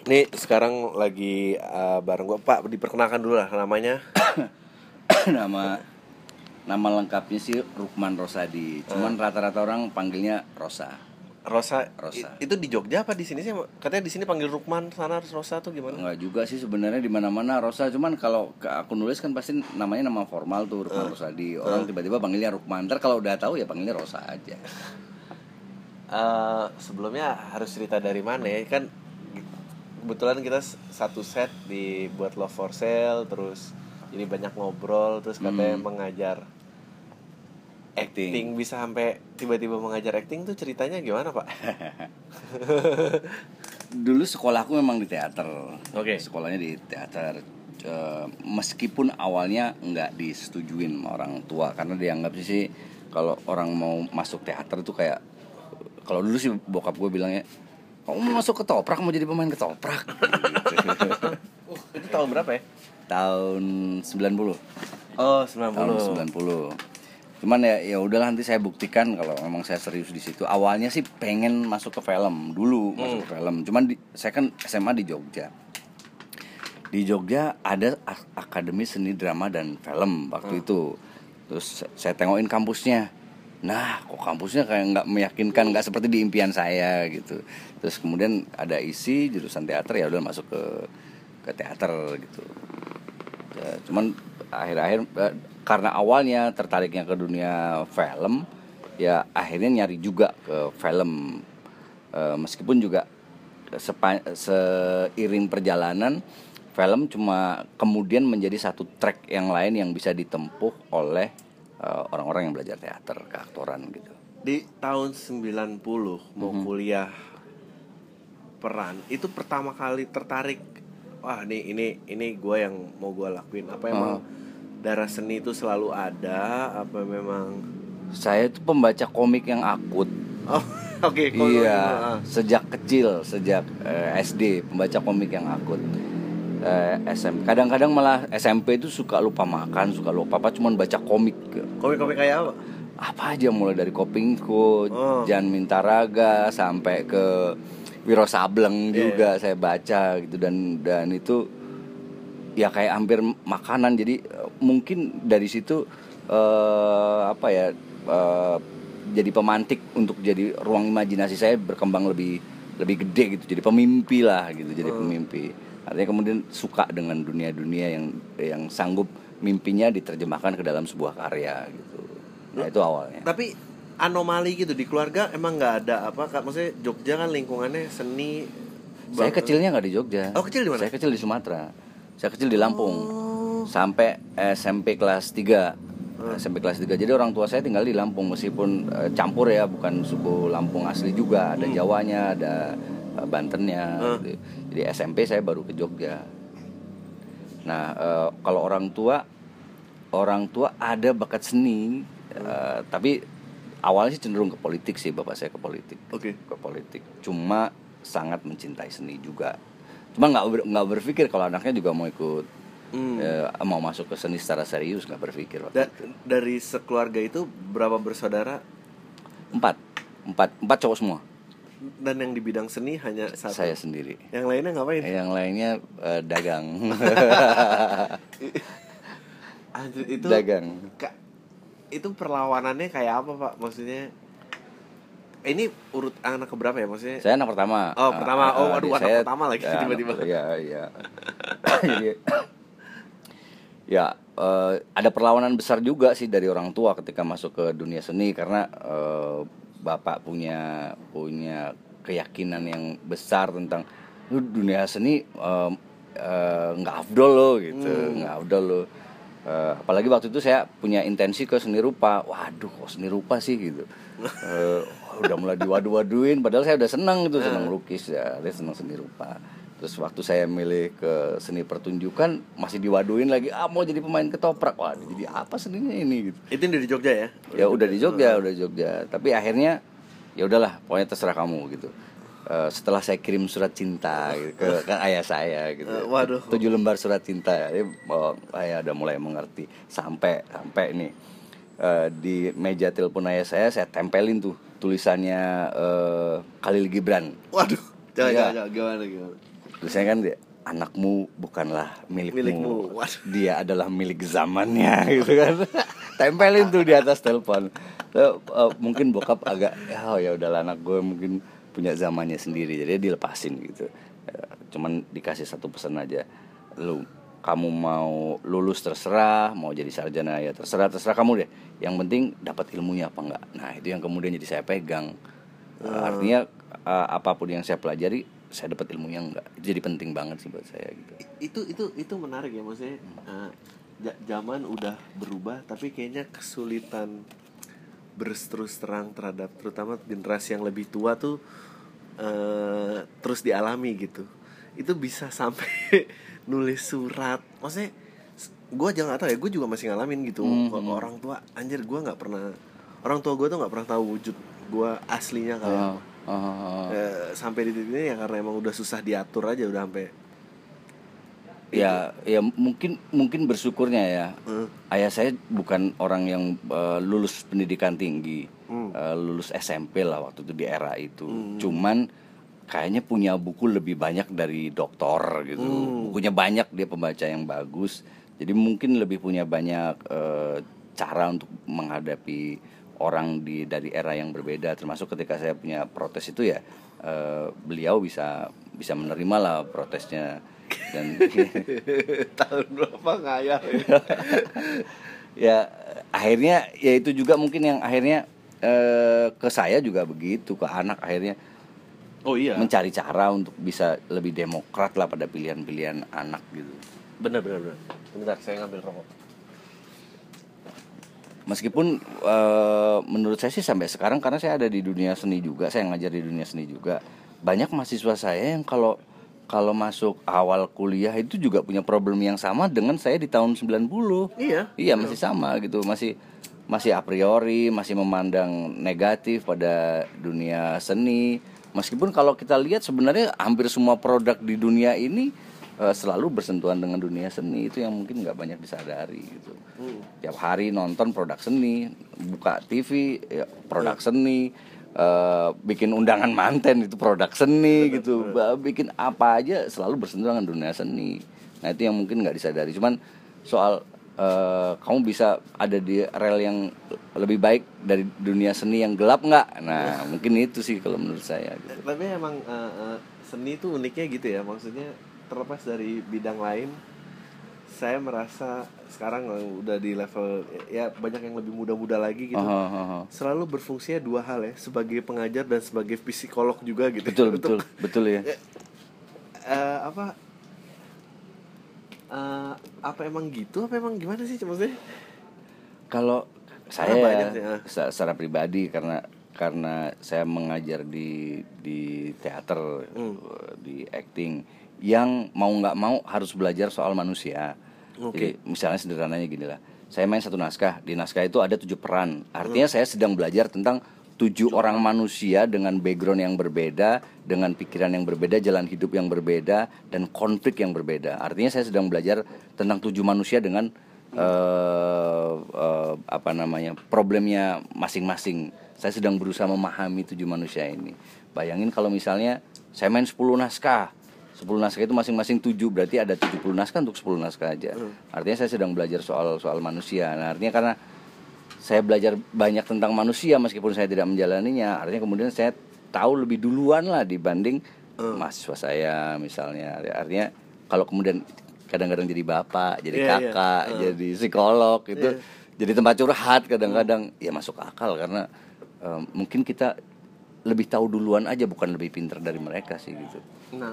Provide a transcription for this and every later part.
Nih sekarang lagi bareng gue Pak, diperkenalkan dulu lah namanya. Nama lengkapnya sih Rukman Rosadi. Cuman rata-rata orang panggilnya Rosa. Rosa. Rosa. Itu di Jogja apa di sini sih? Katanya di sini panggil Rukman, sana Rosa tuh gimana? Enggak juga sih sebenarnya, di mana-mana Rosa. Cuman kalau aku nulis kan pasti namanya nama formal tuh, Rukman Rosadi. Orang tiba-tiba panggilnya Rukman. Ntar kalau udah tahu ya panggilnya Rosa aja. Sebelumnya harus cerita dari mana ya? Kan kebetulan kita satu set dibuat Love for Sale, terus jadi banyak ngobrol, terus katanya mengajar acting. Bisa sampai tiba-tiba mengajar acting tuh ceritanya gimana, Pak? Dulu sekolahku memang di teater. Oke. Sekolahnya di teater. Meskipun awalnya nggak disetujuin sama orang tua, karena dianggap sih kalau orang mau masuk teater itu kayak, kalau dulu sih bokap gue bilangnya, kamu mau masuk ketoprak, mau jadi pemain ketoprak gitu. Itu tahun berapa ya? Tahun 90. Oh, 90. Tahun 90. Cuman ya udahlah, nanti saya buktikan kalau memang saya serius di situ. Awalnya sih pengen masuk ke film dulu, masuk ke film. Cuman saya kan SMA di Jogja. Di Jogja ada Akademi Seni Drama dan Film waktu itu. Terus saya tengokin kampusnya. Nah, kok kampusnya kayak nggak meyakinkan, nggak seperti di impian saya gitu. Terus kemudian ada isi jurusan teater, ya udah masuk ke teater gitu. Cuman akhir-akhir karena awalnya tertariknya ke dunia film, ya akhirnya nyari juga ke film. Meskipun juga seiring perjalanan, film cuma kemudian menjadi satu track yang lain yang bisa ditempuh oleh orang-orang yang belajar teater, keaktoran gitu. Di tahun 90 mau kuliah peran, itu pertama kali tertarik, wah ini gue yang mau gue lakuin. Apa emang darah seni itu selalu ada, apa memang? Saya tuh pembaca komik yang akut. Oh, oke. Iya, sejak kecil, sejak SD pembaca komik yang akut. SMP, kadang-kadang malah SMP itu suka lupa makan, suka lupa apa, cuman baca komik. Komik-komik kayak apa? Apa aja, mulai dari Kopingko, Jan Mintaraga sampai ke Wiro Sableng juga saya baca gitu, dan itu ya kayak hampir makanan. Jadi mungkin dari situ jadi pemantik untuk jadi ruang imajinasi saya berkembang lebih gede gitu, jadi pemimpi lah gitu, jadi pemimpi. Artinya kemudian suka dengan dunia-dunia yang sanggup mimpinya diterjemahkan ke dalam sebuah karya gitu. Nah itu awalnya. Tapi anomali gitu di keluarga emang nggak ada apa? Maksudnya Jogja kan lingkungannya seni. Saya kecilnya nggak di Jogja. Oh, kecil di mana? Saya kecil di Sumatera. Saya kecil di Lampung. Sampai SMP kelas 3. SMP kelas 3. Jadi orang tua saya tinggal di Lampung, meskipun campur ya, bukan suku Lampung asli juga, ada Jawanya, ada Bantennya gitu. Jadi SMP saya baru ke Jogja. Nah, kalau orang tua ada bakat seni, tapi awalnya sih cenderung ke politik sih, bapak saya ke politik. Oke. Ke politik. Cuma sangat mencintai seni juga. Cuma nggak berpikir kalau anaknya juga mau ikut, mau masuk ke seni secara serius, nggak berpikir. Dari sekeluarga itu berapa bersaudara? 4 cowok semua. Dan yang di bidang seni hanya satu. Saya sendiri. Yang lainnya ngapain? Yang lainnya dagang. Anjir, itu dagang. Itu perlawanannya kayak apa, Pak? Maksudnya ini urut anak keberapa ya maksudnya? Saya anak pertama. Oh, pertama. Anak pertama lagi tiba-tiba. Iya. Jadi ada perlawanan besar juga sih dari orang tua ketika masuk ke dunia seni, karena bapak punya keyakinan yang besar tentang dunia seni nggak afdol lo gitu, nggak afdol lo. Apalagi waktu itu saya punya intensi ke seni rupa. Waduh, kok seni rupa sih gitu. Udah mulai diwadu-waduin, padahal saya udah senang gitu, senang lukis ya, dia senang seni rupa. Terus waktu saya milih ke seni pertunjukan masih diwaduin lagi, mau jadi pemain ketoprak. Wah, jadi apa seninya ini gitu. Itu dari Jogja ya? Ya udah di Jogja. Tapi akhirnya ya udahlah, pokoknya terserah kamu gitu. Setelah saya kirim surat cinta gitu, ke ayah saya gitu. 7 lembar surat cinta ya. Ayah udah mulai mengerti. Sampai nih di meja telepon ayah saya tempelin tuh tulisannya Khalil Gibran. Waduh, jangan gimana. Tulisannya kan anakmu bukanlah milikmu. Waduh. Dia adalah milik zamannya gitu kan. Tempelin tuh di atas telepon. Mungkin bokap agak ya udahlah, anak gue mungkin punya zamannya sendiri, jadi dilepasin gitu. Cuman dikasih satu pesan aja, kamu mau lulus terserah, mau jadi sarjana ya terserah kamu deh. Yang penting dapat ilmunya apa enggak. Nah itu yang kemudian jadi saya pegang. Artinya apapun yang saya pelajari, saya dapat ilmunya enggak. Itu jadi penting banget sih buat saya gitu. Itu menarik ya, maksudnya zaman udah berubah tapi kayaknya kesulitan berterus terang terhadap terutama generasi yang lebih tua tuh terus dialami gitu. Itu bisa sampai nulis surat, maksudnya gue aja nggak tahu ya, gue juga masih ngalamin gitu. Orang tua, anjir, gue nggak pernah, orang tua gue tuh nggak pernah tahu wujud gue aslinya kayak sampai di titik ini ya karena emang udah susah diatur aja, udah sampai ya mungkin bersyukurnya ya. Ayah saya bukan orang yang lulus pendidikan tinggi, lulus SMP lah waktu itu di era itu. Cuman kayaknya punya buku lebih banyak dari doktor gitu. Bukunya banyak, dia pembaca yang bagus. Jadi mungkin lebih punya banyak cara untuk menghadapi orang dari era yang berbeda. Termasuk ketika saya punya protes itu ya, beliau bisa menerima lah protesnya. Dan tahun berapa ngayal ya akhirnya ya itu juga mungkin yang akhirnya ke saya juga begitu, ke anak akhirnya. Oh iya. Mencari cara untuk bisa lebih demokrat lah pada pilihan-pilihan anak gitu. Benar. Bentar, saya ngambil rokok. Meskipun menurut saya sih sampai sekarang, karena saya ada di dunia seni juga, saya ngajar di dunia seni juga, banyak mahasiswa saya yang kalau masuk awal kuliah itu juga punya problem yang sama dengan saya di tahun 90. Iya, masih sama gitu, masih a priori, masih memandang negatif pada dunia seni. Meskipun kalau kita lihat sebenarnya hampir semua produk di dunia ini selalu bersentuhan dengan dunia seni, itu yang mungkin nggak banyak disadari gitu. Tiap hari nonton produk seni, buka TV ya, produk seni, bikin undangan manten itu produk seni gitu, bikin apa aja selalu bersentuhan dengan dunia seni. Nah itu yang mungkin nggak disadari. Cuman soal kamu bisa ada di rel yang lebih baik dari dunia seni yang gelap nggak? Nah mungkin itu sih kalau menurut saya gitu. Tapi emang seni itu uniknya gitu ya, maksudnya terlepas dari bidang lain, saya merasa sekarang udah di level ya banyak yang lebih muda-muda lagi gitu. Selalu berfungsinya dua hal ya, sebagai pengajar dan sebagai psikolog juga gitu. Betul ya. Apa emang gitu? Apa emang gimana sih maksudnya? Kalau saya secara pribadi karena saya mengajar di teater, di acting, yang mau nggak mau harus belajar soal manusia. Jadi misalnya sederhananya gini lah, saya main satu naskah, di naskah itu ada 7 peran. Artinya saya sedang belajar tentang 7 orang manusia dengan background yang berbeda, dengan pikiran yang berbeda, jalan hidup yang berbeda, dan konflik yang berbeda. Artinya saya sedang belajar tentang 7 manusia dengan problemnya masing-masing. Saya sedang berusaha memahami 7 manusia ini. Bayangin kalau misalnya saya main 10 naskah. 10 naskah itu masing-masing 7, berarti ada 70 naskah untuk 10 naskah aja. Artinya saya sedang belajar soal manusia. Nah, artinya karena saya belajar banyak tentang manusia meskipun saya tidak menjalaninya, artinya kemudian saya tahu lebih duluan lah dibanding mahasiswa saya misalnya. Artinya kalau kemudian kadang-kadang jadi bapak, jadi kakak, jadi psikolog itu jadi tempat curhat kadang-kadang ya masuk akal karena mungkin kita lebih tahu duluan aja, bukan lebih pintar dari mereka sih gitu. Nah,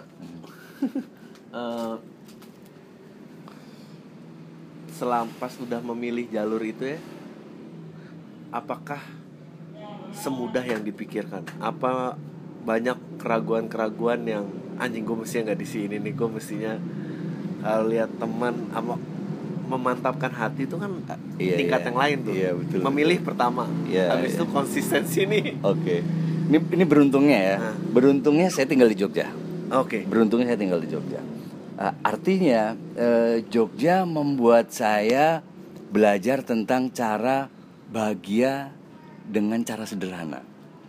pas udah memilih jalur itu ya, apakah semudah yang dipikirkan? Apa banyak keraguan-keraguan yang anjing gue mestinya nggak di sini nih, gue mestinya lihat teman memantapkan hati itu kan tingkat yang lain tuh. Betul, memilih pertama, habis itu konsistensi nih. Ini beruntungnya ya. Beruntungnya saya tinggal di Jogja. Beruntungnya saya tinggal di Jogja. Artinya Jogja membuat saya belajar tentang cara bahagia dengan cara sederhana.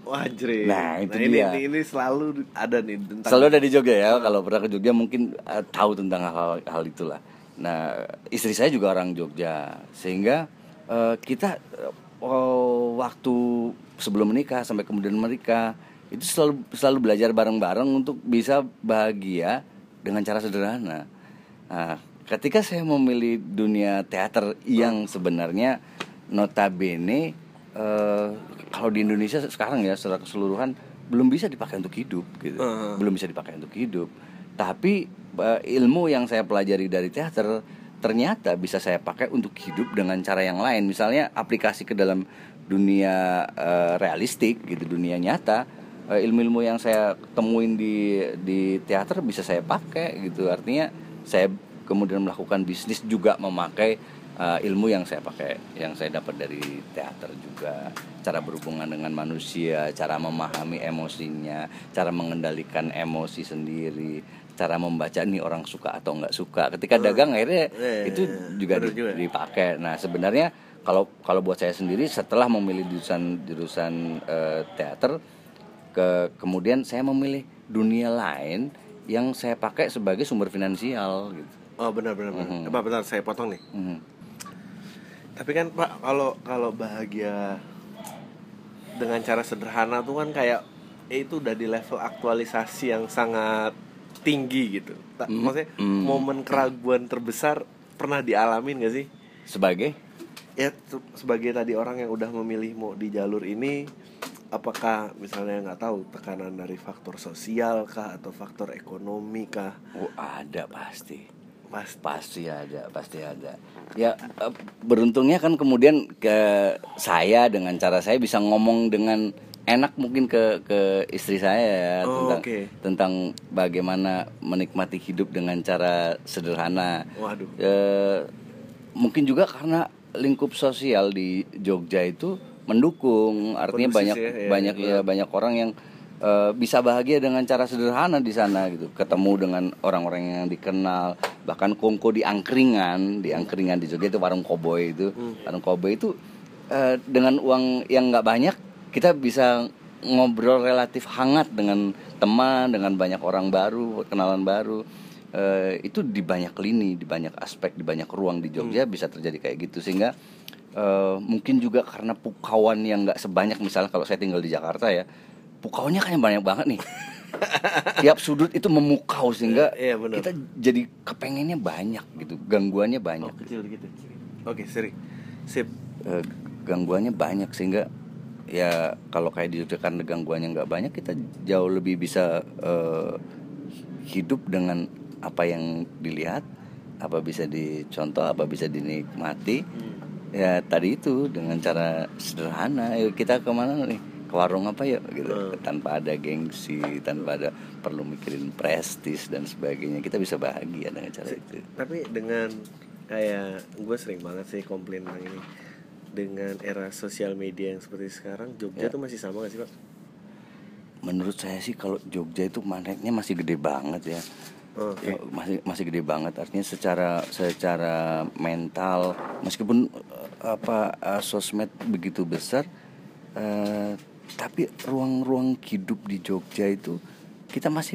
Wajre. Nah, itu dia. Ini selalu ada nih tentang. Selalu ada di Jogja ya. Kalau pernah ke Jogja mungkin tahu tentang hal itulah. Nah, istri saya juga orang Jogja, sehingga kita waktu sebelum menikah sampai kemudian menikah itu selalu belajar bareng-bareng untuk bisa bahagia dengan cara sederhana. Nah, ketika saya memilih dunia teater yang sebenarnya notabene kalau di Indonesia sekarang ya secara keseluruhan belum bisa dipakai untuk hidup gitu. Belum bisa dipakai untuk hidup. Tapi ilmu yang saya pelajari dari teater ternyata bisa saya pakai untuk hidup dengan cara yang lain. Misalnya aplikasi ke dalam dunia realistik gitu, dunia nyata. Ilmu-ilmu yang saya temuin di teater bisa saya pakai gitu. Artinya saya kemudian melakukan bisnis juga memakai ilmu yang saya pakai, yang saya dapat dari teater juga, cara berhubungan dengan manusia, cara memahami emosinya, cara mengendalikan emosi sendiri, cara membaca nih orang suka atau nggak suka. Ketika dagang akhirnya itu juga dipakai. Nah sebenarnya kalau buat saya sendiri setelah memilih jurusan teater, kemudian saya memilih dunia lain yang saya pakai sebagai sumber finansial gitu. Oh benar. Bentar saya potong nih. Tapi kan Pak, kalau bahagia dengan cara sederhana tuh kan kayak itu udah di level aktualisasi yang sangat tinggi gitu. Maksudnya momen keraguan terbesar pernah dialamin gak sih? Sebagai? Ya sebagai tadi orang yang udah memilih mau di jalur ini, apakah misalnya nggak tahu tekanan dari faktor sosial kah atau faktor ekonomi kah? Oh ada pasti ada. Ya beruntungnya kan kemudian ke saya dengan cara saya bisa ngomong dengan enak mungkin ke istri saya tentang bagaimana menikmati hidup dengan cara sederhana. Waduh. Mungkin juga karena lingkup sosial di Jogja itu mendukung, artinya banyak orang yang bisa bahagia dengan cara sederhana di sana gitu, ketemu dengan orang-orang yang dikenal, bahkan kongko di angkringan di Jogja itu warung koboi itu, dengan uang yang nggak banyak kita bisa ngobrol relatif hangat dengan teman, dengan banyak orang baru, kenalan baru. Itu di banyak lini, di banyak aspek, di banyak ruang di Jogja bisa terjadi kayak gitu, sehingga mungkin juga karena pukauan yang nggak sebanyak misalnya kalau saya tinggal di Jakarta ya, pukauannya kayaknya banyak banget nih. Tiap sudut itu memukau sehingga kita jadi kepengennya banyak gitu, gangguannya banyak. Oh, kecil gitu. Oke, sip. Gangguannya banyak sehingga ya kalau kayak di Jogja karena gangguannya nggak banyak, kita jauh lebih bisa hidup dengan apa yang dilihat, apa bisa dicontoh, apa bisa dinikmati. Ya tadi itu dengan cara sederhana. Kita kemana nih? Ke warung apa ya gitu, tanpa ada gengsi, tanpa ada perlu mikirin prestis dan sebagainya, kita bisa bahagia dengan cara itu. Tapi dengan kayak gue sering banget sih komplain tentang ini, dengan era sosial media yang seperti sekarang, Jogja tuh masih sama gak sih Pak? Menurut saya sih kalau Jogja itu magnetnya masih gede banget ya. Masih gede banget, artinya secara mental meskipun sosmed begitu besar, tapi ruang-ruang hidup di Jogja itu kita masih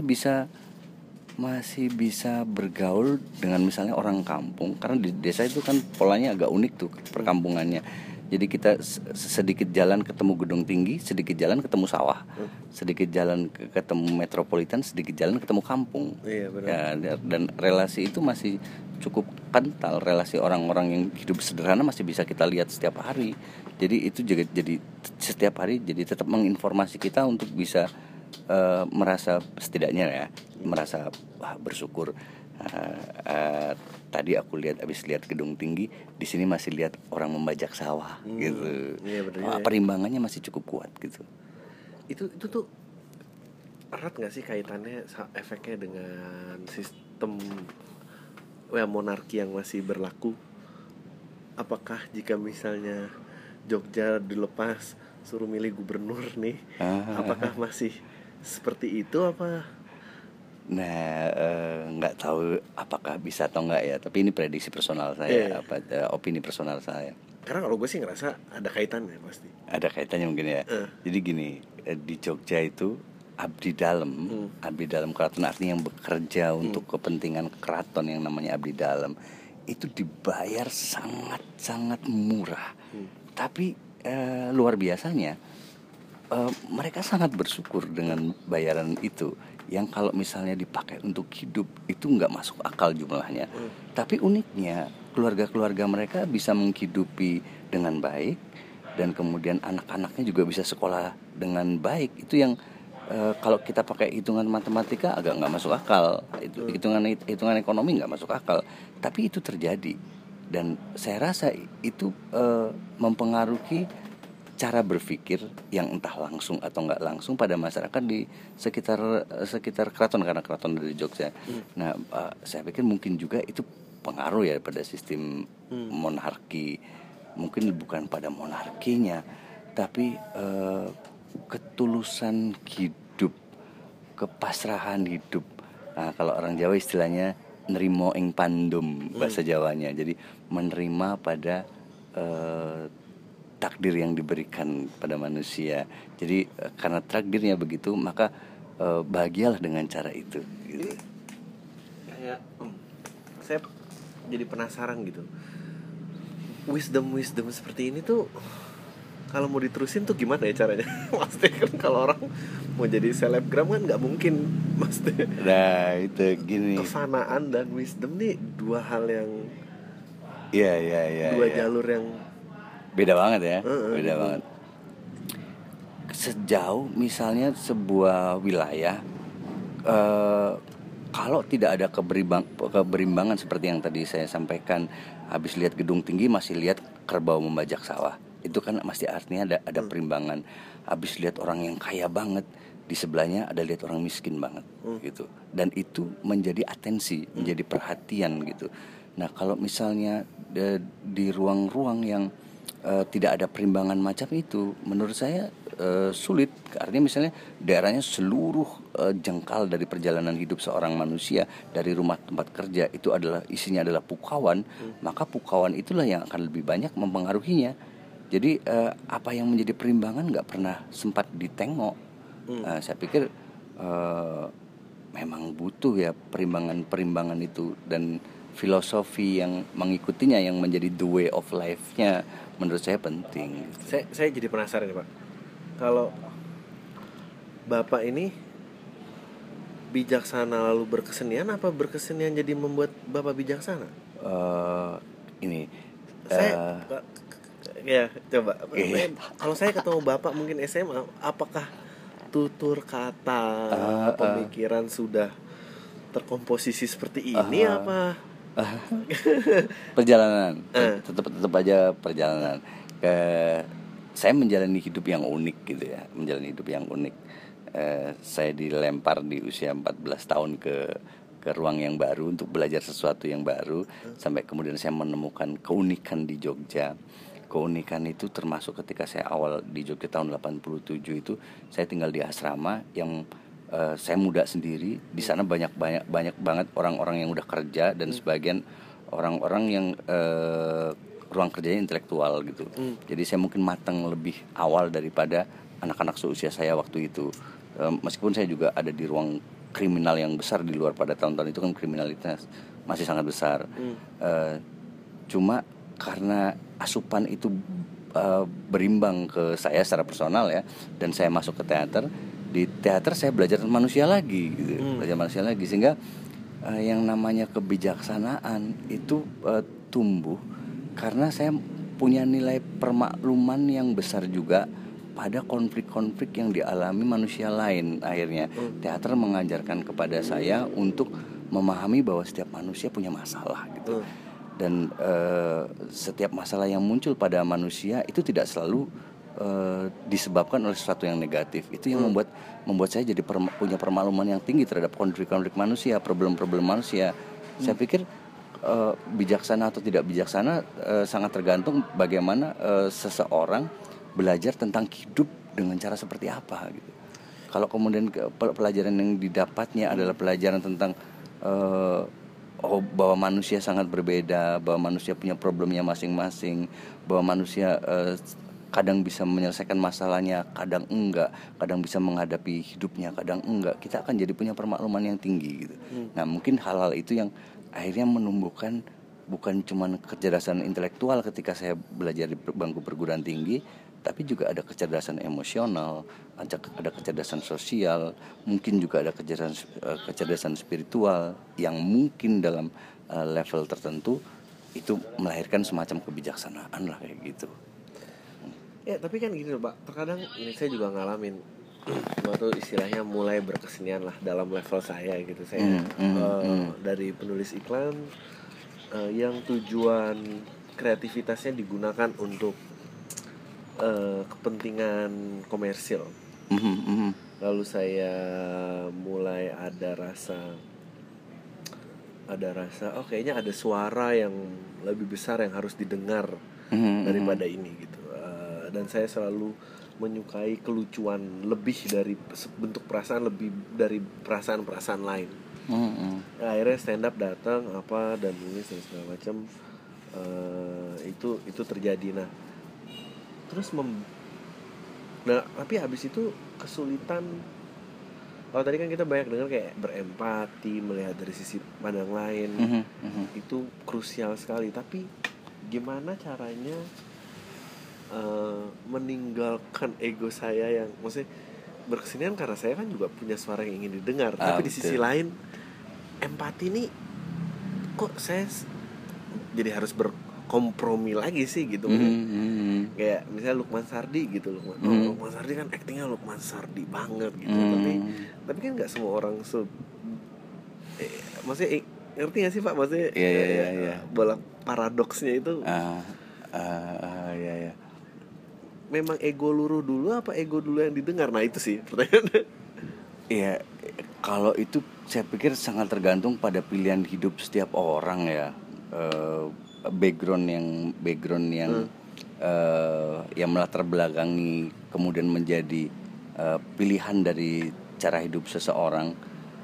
bisa bergaul dengan misalnya orang kampung, karena di desa itu kan polanya agak unik tuh perkampungannya. Jadi kita sedikit jalan ketemu gedung tinggi, sedikit jalan ketemu sawah, sedikit jalan ketemu metropolitan, sedikit jalan ketemu kampung. Iya, benar. Ya, dan relasi itu masih cukup kental. Relasi orang-orang yang hidup sederhana masih bisa kita lihat setiap hari. Jadi itu juga jadi setiap hari jadi tetap menginformasi kita untuk bisa merasa setidaknya ya merasa bersyukur. Tadi aku habis lihat gedung tinggi, di sini masih lihat orang membajak sawah gitu. Iya, benar, perimbangannya masih cukup kuat gitu. Itu tuh erat nggak sih kaitannya efeknya dengan sistem monarki yang masih berlaku? Apakah jika misalnya Jogja dilepas suruh milih gubernur nih, apakah masih seperti itu apa? Nah, nggak tahu apakah bisa atau nggak ya. Tapi ini prediksi personal saya, opini personal saya. Karena kalau gue sih ngerasa ada kaitannya pasti. Ada kaitannya mungkin ya. Jadi gini, di Jogja itu abdi dalam, abdi dalam keraton artinya yang bekerja untuk kepentingan keraton yang namanya abdi dalam itu dibayar sangat murah. Tapi luar biasanya mereka sangat bersyukur dengan bayaran itu, yang kalau misalnya dipakai untuk hidup itu nggak masuk akal jumlahnya. Tapi uniknya keluarga-keluarga mereka bisa menghidupi dengan baik, dan kemudian anak-anaknya juga bisa sekolah dengan baik. Itu yang kalau kita pakai hitungan matematika agak nggak masuk akal. Itu hitungan ekonomi nggak masuk akal. Tapi itu terjadi, dan saya rasa itu mempengaruhi cara berpikir yang entah langsung atau nggak langsung pada masyarakat di sekitar keraton, karena keraton dari Jogja. Nah, saya pikir mungkin juga itu pengaruh ya pada sistem monarki. Mungkin bukan pada monarkinya, tapi ketulusan hidup, kepasrahan hidup. Nah, kalau orang Jawa istilahnya nerimo ing pandum, bahasa Jawanya. Jadi menerima pada takdir yang diberikan pada manusia. Jadi karena takdirnya begitu, maka bahagialah dengan cara itu. Gitu. Kayak saya jadi penasaran gitu. Wisdom seperti ini tuh kalau mau diterusin tuh gimana ya caranya? Maksudnya kan kalau orang mau jadi selebgram kan nggak mungkin, maksudnya. Nah itu gini. Kesanaan dan wisdom nih dua hal yang, iya. dua jalur yang beda banget ya, beda gitu. banget. Sejauh misalnya sebuah wilayah, kalau tidak ada keberimbangan seperti yang tadi saya sampaikan, habis lihat gedung tinggi masih lihat kerbau membajak sawah, itu kan pasti artinya ada perimbangan. Habis lihat orang yang kaya banget, di sebelahnya ada lihat orang miskin banget, gitu. Dan itu menjadi atensi, menjadi perhatian gitu. Nah kalau misalnya di ruang-ruang yang tidak ada perimbangan macam itu, menurut saya sulit. Artinya misalnya daerahnya seluruh jengkal dari perjalanan hidup seorang manusia, dari rumah tempat kerja itu adalah isinya adalah pukawan, maka pukawan itulah yang akan lebih banyak mempengaruhinya. Jadi apa yang menjadi perimbangan nggak pernah sempat ditengok. Saya pikir memang butuh ya perimbangan itu, dan filosofi yang mengikutinya yang menjadi the way of life-nya menurut saya penting. Saya jadi penasaran nih Pak. Kalau Bapak ini bijaksana lalu berkesenian, apa berkesenian jadi membuat Bapak bijaksana? Saya ya coba. Kalau saya ketemu Bapak mungkin SMA, apakah tutur kata, pemikiran sudah terkomposisi seperti ini apa? Perjalanan, tetap aja perjalanan. Saya menjalani hidup yang unik gitu ya, menjalani hidup yang unik. Saya dilempar di usia 14 tahun ke ruang yang baru untuk belajar sesuatu yang baru, sampai kemudian saya menemukan keunikan di Jogja. Keunikan itu termasuk ketika saya awal di Jogja tahun 87 itu, saya tinggal di asrama yang saya muda sendiri. Di sana banyak banget orang-orang yang udah kerja, dan sebagian orang-orang yang ruang kerjanya intelektual gitu. Jadi saya mungkin matang lebih awal daripada anak-anak seusia saya waktu itu. Meskipun saya juga ada di ruang kriminal yang besar di luar, pada tahun-tahun itu kan kriminalitas masih sangat besar. Cuma karena asupan itu berimbang ke saya secara personal ya, dan saya masuk ke teater. Di teater saya belajar manusia lagi gitu. Belajar manusia lagi, sehingga yang namanya kebijaksanaan itu tumbuh karena saya punya nilai permakluman yang besar juga pada konflik-konflik yang dialami manusia lain. Akhirnya teater mengajarkan kepada saya untuk memahami bahwa setiap manusia punya masalah gitu. Dan setiap masalah yang muncul pada manusia itu tidak selalu disebabkan oleh sesuatu yang negatif. Itu yang membuat saya jadi punya permakluman yang tinggi terhadap konflik-konflik manusia, problem-problem manusia. Saya pikir bijaksana atau tidak bijaksana sangat tergantung bagaimana seseorang belajar tentang hidup dengan cara seperti apa gitu. Kalau kemudian pelajaran yang didapatnya adalah pelajaran tentang bahwa manusia sangat berbeda, bahwa manusia punya problemnya masing-masing, bahwa manusia kadang bisa menyelesaikan masalahnya, kadang enggak, kadang bisa menghadapi hidupnya, kadang enggak, kita akan jadi punya permakluman yang tinggi gitu. Nah mungkin hal-hal itu yang akhirnya menumbuhkan bukan cuma kecerdasan intelektual ketika saya belajar di bangku perguruan tinggi, tapi juga ada kecerdasan emosional, ada kecerdasan sosial, mungkin juga ada kecerdasan spiritual yang mungkin dalam level tertentu itu melahirkan semacam kebijaksanaan lah kayak gitu. Ya tapi kan gini Pak, terkadang ini saya juga ngalamin waktu istilahnya mulai berkesenian lah dalam level saya gitu. Saya dari penulis iklan yang tujuan kreativitasnya digunakan untuk kepentingan komersil. Lalu saya mulai ada rasa oh kayaknya ada suara yang lebih besar yang harus didengar daripada ini gitu. Dan saya selalu menyukai kelucuan lebih dari bentuk perasaan, lebih dari perasaan-perasaan lain. Akhirnya stand up datang apa dan ini segala macam, itu terjadi. Nah terus tapi habis itu kesulitan. Kalau tadi kan kita banyak dengar kayak berempati, melihat dari sisi pandang lain, itu krusial sekali. Tapi gimana caranya meninggalkan ego saya yang maksudnya berkesenian, karena saya kan juga punya suara yang ingin didengar, tapi di sisi lain empati nih kok saya jadi harus berkompromi lagi sih gitu. Kayak misalnya Lukman Sardi gitu, Lukman Sardi kan aktingnya Lukman Sardi banget gitu, tapi kan nggak semua orang maksudnya ngerti nggak sih Pak, maksudnya bola paradoksnya itu. Memang ego luruh dulu apa ego dulu yang didengar? Nah itu sih pertanyaannya. Iya, kalau itu saya pikir sangat tergantung pada pilihan hidup setiap orang ya. Background yang yang melatar belakangi kemudian menjadi pilihan dari cara hidup seseorang.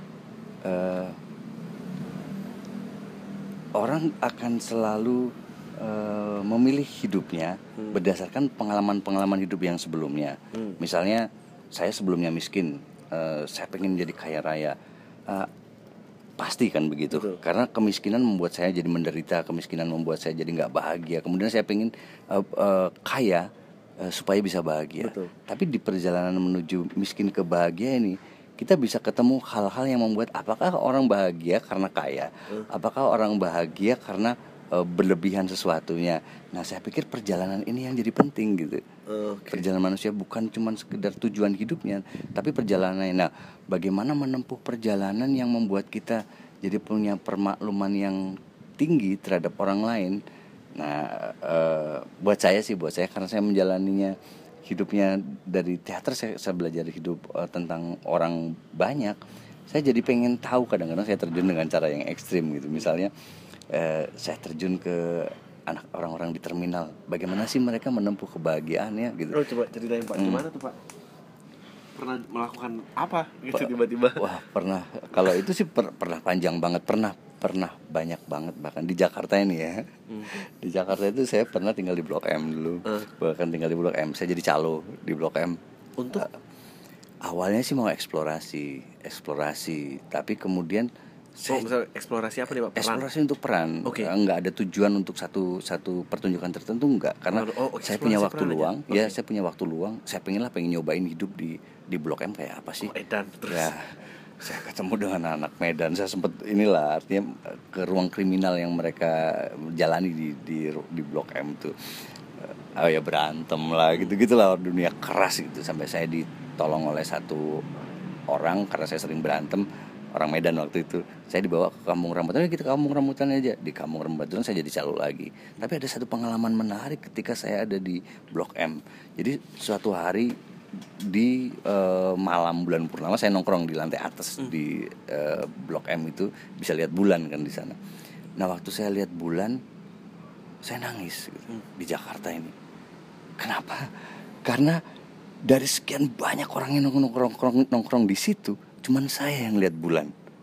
Orang akan selalu memilih hidupnya berdasarkan pengalaman-pengalaman hidup yang sebelumnya. Misalnya saya sebelumnya miskin, saya pengen jadi kaya raya, pasti kan begitu. Betul. Karena kemiskinan membuat saya jadi menderita, kemiskinan membuat saya jadi nggak bahagia. Kemudian saya pengen kaya supaya bisa bahagia. Betul. Tapi di perjalanan menuju miskin ke bahagia ini, kita bisa ketemu hal-hal yang membuat apakah orang bahagia karena kaya, apakah orang bahagia karena berlebihan sesuatunya. Nah saya pikir perjalanan ini yang jadi penting gitu. Perjalanan manusia bukan cuma sekedar tujuan hidupnya, tapi perjalanannya. Nah bagaimana menempuh perjalanan yang membuat kita jadi punya permakluman yang tinggi terhadap orang lain. Nah buat saya karena saya menjalaninya hidupnya dari teater, saya belajar hidup tentang orang banyak. Saya jadi pengen tahu, kadang-kadang saya terjun dengan cara yang ekstrim gitu. Misalnya saya terjun ke anak orang-orang di terminal. Bagaimana sih mereka menempuh kebahagiaannya gitu. Coba ceritain Pak, gimana tuh Pak? Pernah melakukan apa gitu tiba-tiba? Wah, pernah. Kalau itu sih pernah panjang banget, pernah banyak banget, bahkan di Jakarta ini ya. Di Jakarta itu saya pernah tinggal di Blok M dulu. Bahkan tinggal di Blok M, saya jadi calo di Blok M. Untuk awalnya sih mau eksplorasi, tapi kemudian misalnya eksplorasi apa nih Pak? Eksplorasi untuk peran. Nggak ada tujuan untuk satu pertunjukan tertentu, enggak. Karena saya punya waktu luang. Ya, saya punya waktu luang. Saya pengen nyobain hidup di Blok M kayak apa sih. Edan terus. Ya, saya ketemu dengan anak Medan. Saya sempat artinya ke ruang kriminal yang mereka jalani di Blok M tuh. Ya berantem lah, gitu-gitulah, dunia keras gitu. Sampai saya ditolong oleh satu orang karena saya sering berantem. Orang Medan waktu itu. Saya dibawa ke Kampung Rambutan. Kita Kampung Rambutan aja. Di Kampung Rambutan saya jadi calo lagi. Tapi ada satu pengalaman menarik ketika saya ada di Blok M. Jadi suatu hari di malam bulan purnama, saya nongkrong di lantai atas di Blok M itu, bisa lihat bulan kan di sana. Nah waktu saya lihat bulan, saya nangis gitu, di Jakarta ini. Kenapa? Karena dari sekian banyak orang yang nongkrong di situ, cuman saya yang lihat bulan.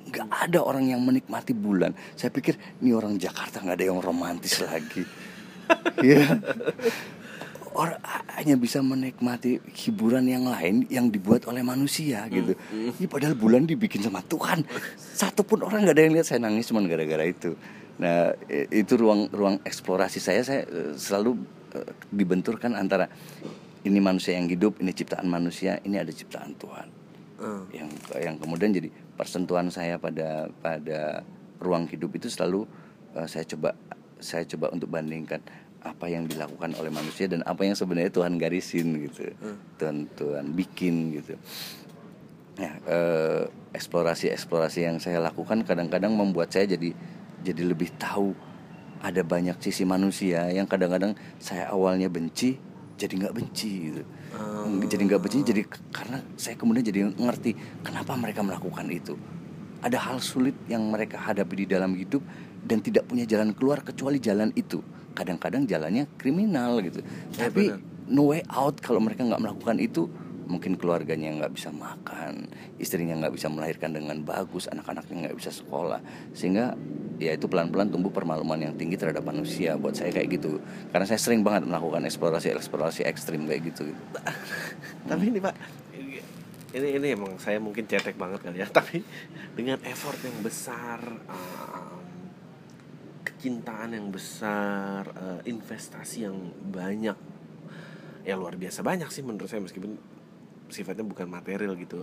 nggak ada orang yang menikmati bulan. Saya pikir ini orang Jakarta nggak ada yang romantis lagi. Ya, orang hanya bisa menikmati hiburan yang lain yang dibuat oleh manusia gitu. Ini padahal bulan dibikin sama Tuhan. Satu pun orang nggak ada yang lihat saya nangis cuma gara-gara itu. Nah, itu ruang eksplorasi saya selalu dibenturkan antara ini manusia yang hidup, ini ciptaan manusia, ini ada ciptaan Tuhan. Yang kemudian jadi persentuhan saya pada ruang hidup itu selalu saya coba untuk bandingkan apa yang dilakukan oleh manusia dan apa yang sebenarnya Tuhan garisin gitu, Tuhan bikin gitu. Ya, eksplorasi yang saya lakukan kadang-kadang membuat saya jadi lebih tahu ada banyak sisi manusia yang kadang-kadang saya awalnya benci jadi nggak benci gitu. Jadi nggak benci jadi karena saya kemudian jadi ngerti kenapa mereka melakukan itu. Ada hal sulit yang mereka hadapi di dalam hidup dan tidak punya jalan keluar kecuali jalan itu. Kadang-kadang jalannya kriminal gitu. Tapi no way out kalau mereka nggak melakukan itu. Mungkin keluarganya nggak bisa makan, istrinya nggak bisa melahirkan dengan bagus, anak-anaknya nggak bisa sekolah, sehingga ya itu pelan-pelan tumbuh permaluman yang tinggi terhadap manusia. Buat saya kayak gitu, karena saya sering banget melakukan eksplorasi ekstrim kayak gitu. Tapi ini Pak, ini emang saya mungkin cetek banget kali ya, tapi dengan effort yang besar, kecintaan yang besar, investasi yang banyak, ya luar biasa banyak sih menurut saya, meskipun sifatnya bukan material gitu.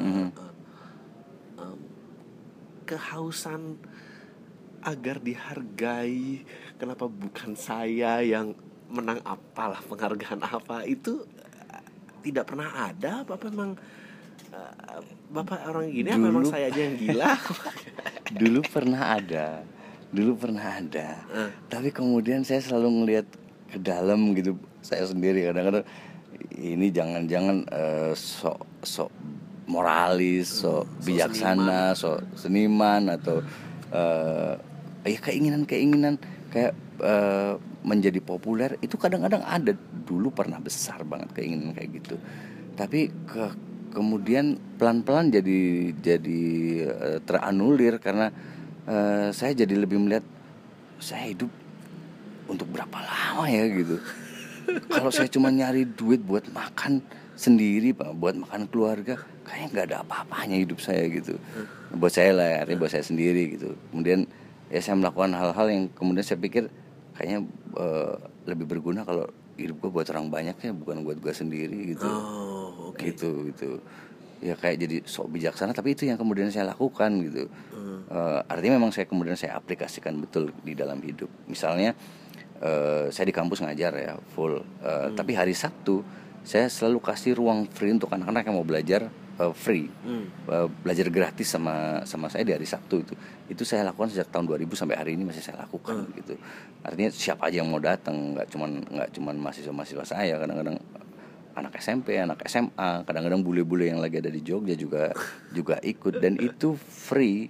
Kehausan agar dihargai, kenapa bukan saya yang menang apalah penghargaan apa, itu tidak pernah ada. Bapak memang Bapak orang gini, apa memang saya aja yang gila? Dulu pernah ada. Tapi kemudian saya selalu ngelihat ke dalam gitu, saya sendiri kadang-kadang ini jangan-jangan sok moralis, sok bijaksana, sok seniman atau ya keinginan kayak menjadi populer itu kadang-kadang ada. Dulu pernah besar banget keinginan kayak gitu. Tapi kemudian pelan-pelan jadi teranulir karena saya jadi lebih melihat saya hidup untuk berapa lama ya gitu. Kalau saya cuma nyari duit buat makan sendiri, buat makan keluarga, kayaknya nggak ada apa-apanya hidup saya gitu. Buat saya lah, artinya buat saya sendiri gitu. Kemudian ya saya melakukan hal-hal yang kemudian saya pikir kayaknya lebih berguna kalau hidup gue buat orang banyak ya, bukan buat gue sendiri gitu. Gitu. Ya kayak jadi sok bijaksana, tapi itu yang kemudian saya lakukan gitu. Artinya memang saya kemudian saya aplikasikan betul di dalam hidup. Misalnya saya di kampus ngajar ya full, tapi hari Sabtu saya selalu kasih ruang free untuk anak-anak yang mau belajar free, belajar gratis sama saya di hari Sabtu. Itu saya lakukan sejak tahun 2000 sampai hari ini masih saya lakukan gitu. Artinya siapa aja yang mau datang, nggak cuman mahasiswa saya, kadang-kadang anak SMP, anak SMA, kadang-kadang bule-bule yang lagi ada di Jogja juga ikut, dan itu free.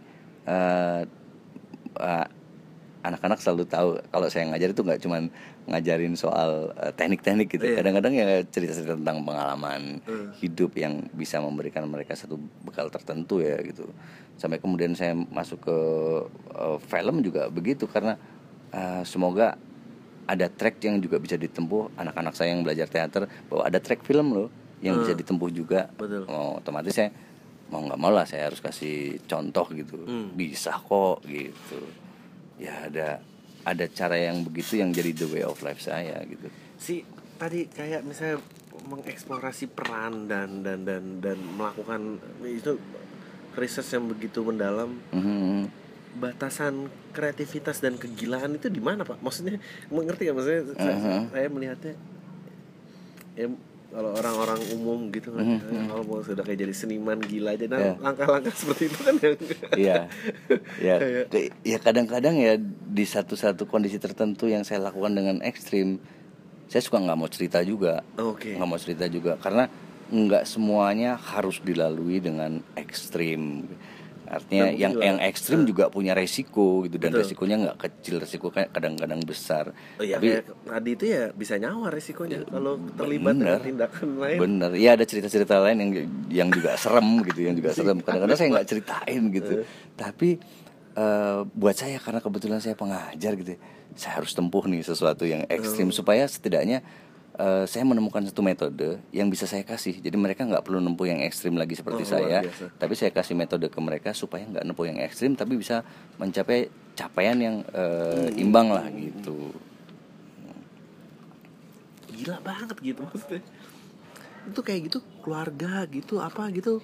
Anak-anak selalu tahu kalau saya ngajar itu nggak cuma ngajarin soal teknik-teknik gitu. Kadang-kadang ya cerita-cerita tentang pengalaman hidup yang bisa memberikan mereka satu bekal tertentu ya gitu. Sampai kemudian saya masuk ke film juga begitu, karena semoga ada track yang juga bisa ditempuh anak-anak saya yang belajar teater, bahwa ada track film loh yang bisa ditempuh juga. Otomatis saya mau nggak mau lah saya harus kasih contoh gitu. Bisa kok gitu. Ya ada cara yang begitu yang jadi the way of life saya gitu. Tadi kayak misalnya mengeksplorasi peran dan melakukan itu research yang begitu mendalam. Batasan kreativitas dan kegilaan itu di mana Pak? Maksudnya mengerti ya, maksudnya saya melihatnya ya, kalau orang-orang umum gitu kan, kalau mau sudah kayak jadi seniman gila aja, langkah-langkah seperti itu kan ya. Ya kadang-kadang ya di satu kondisi tertentu yang saya lakukan dengan ekstrim, saya suka nggak mau cerita juga. Nggak mau cerita juga karena nggak semuanya harus dilalui dengan ekstrim. Artinya Dan mungkin yang ekstrim juga punya resiko gitu, dan Betul. resikonya nggak kecil, resiko kadang-kadang besar. Oh iya, Tapi kayak tadi itu ya bisa nyawa resikonya kalau terlibat dengan tindakan lain. bener, ya ada cerita-cerita lain yang juga serem gitu, yang juga serem. Kadang-kadang saya nggak ceritain gitu. Tapi buat saya, karena kebetulan saya pengajar gitu, saya harus tempuh nih sesuatu yang ekstrim supaya setidaknya saya menemukan satu metode yang bisa saya kasih. Jadi mereka nggak perlu nempuh yang ekstrim lagi seperti saya, biasa. tapi saya kasih metode ke mereka supaya nggak nempuh yang ekstrim, tapi bisa mencapai capaian yang imbang lah gitu. Gila banget gitu maksudnya. Itu kayak gitu keluarga gitu apa gitu.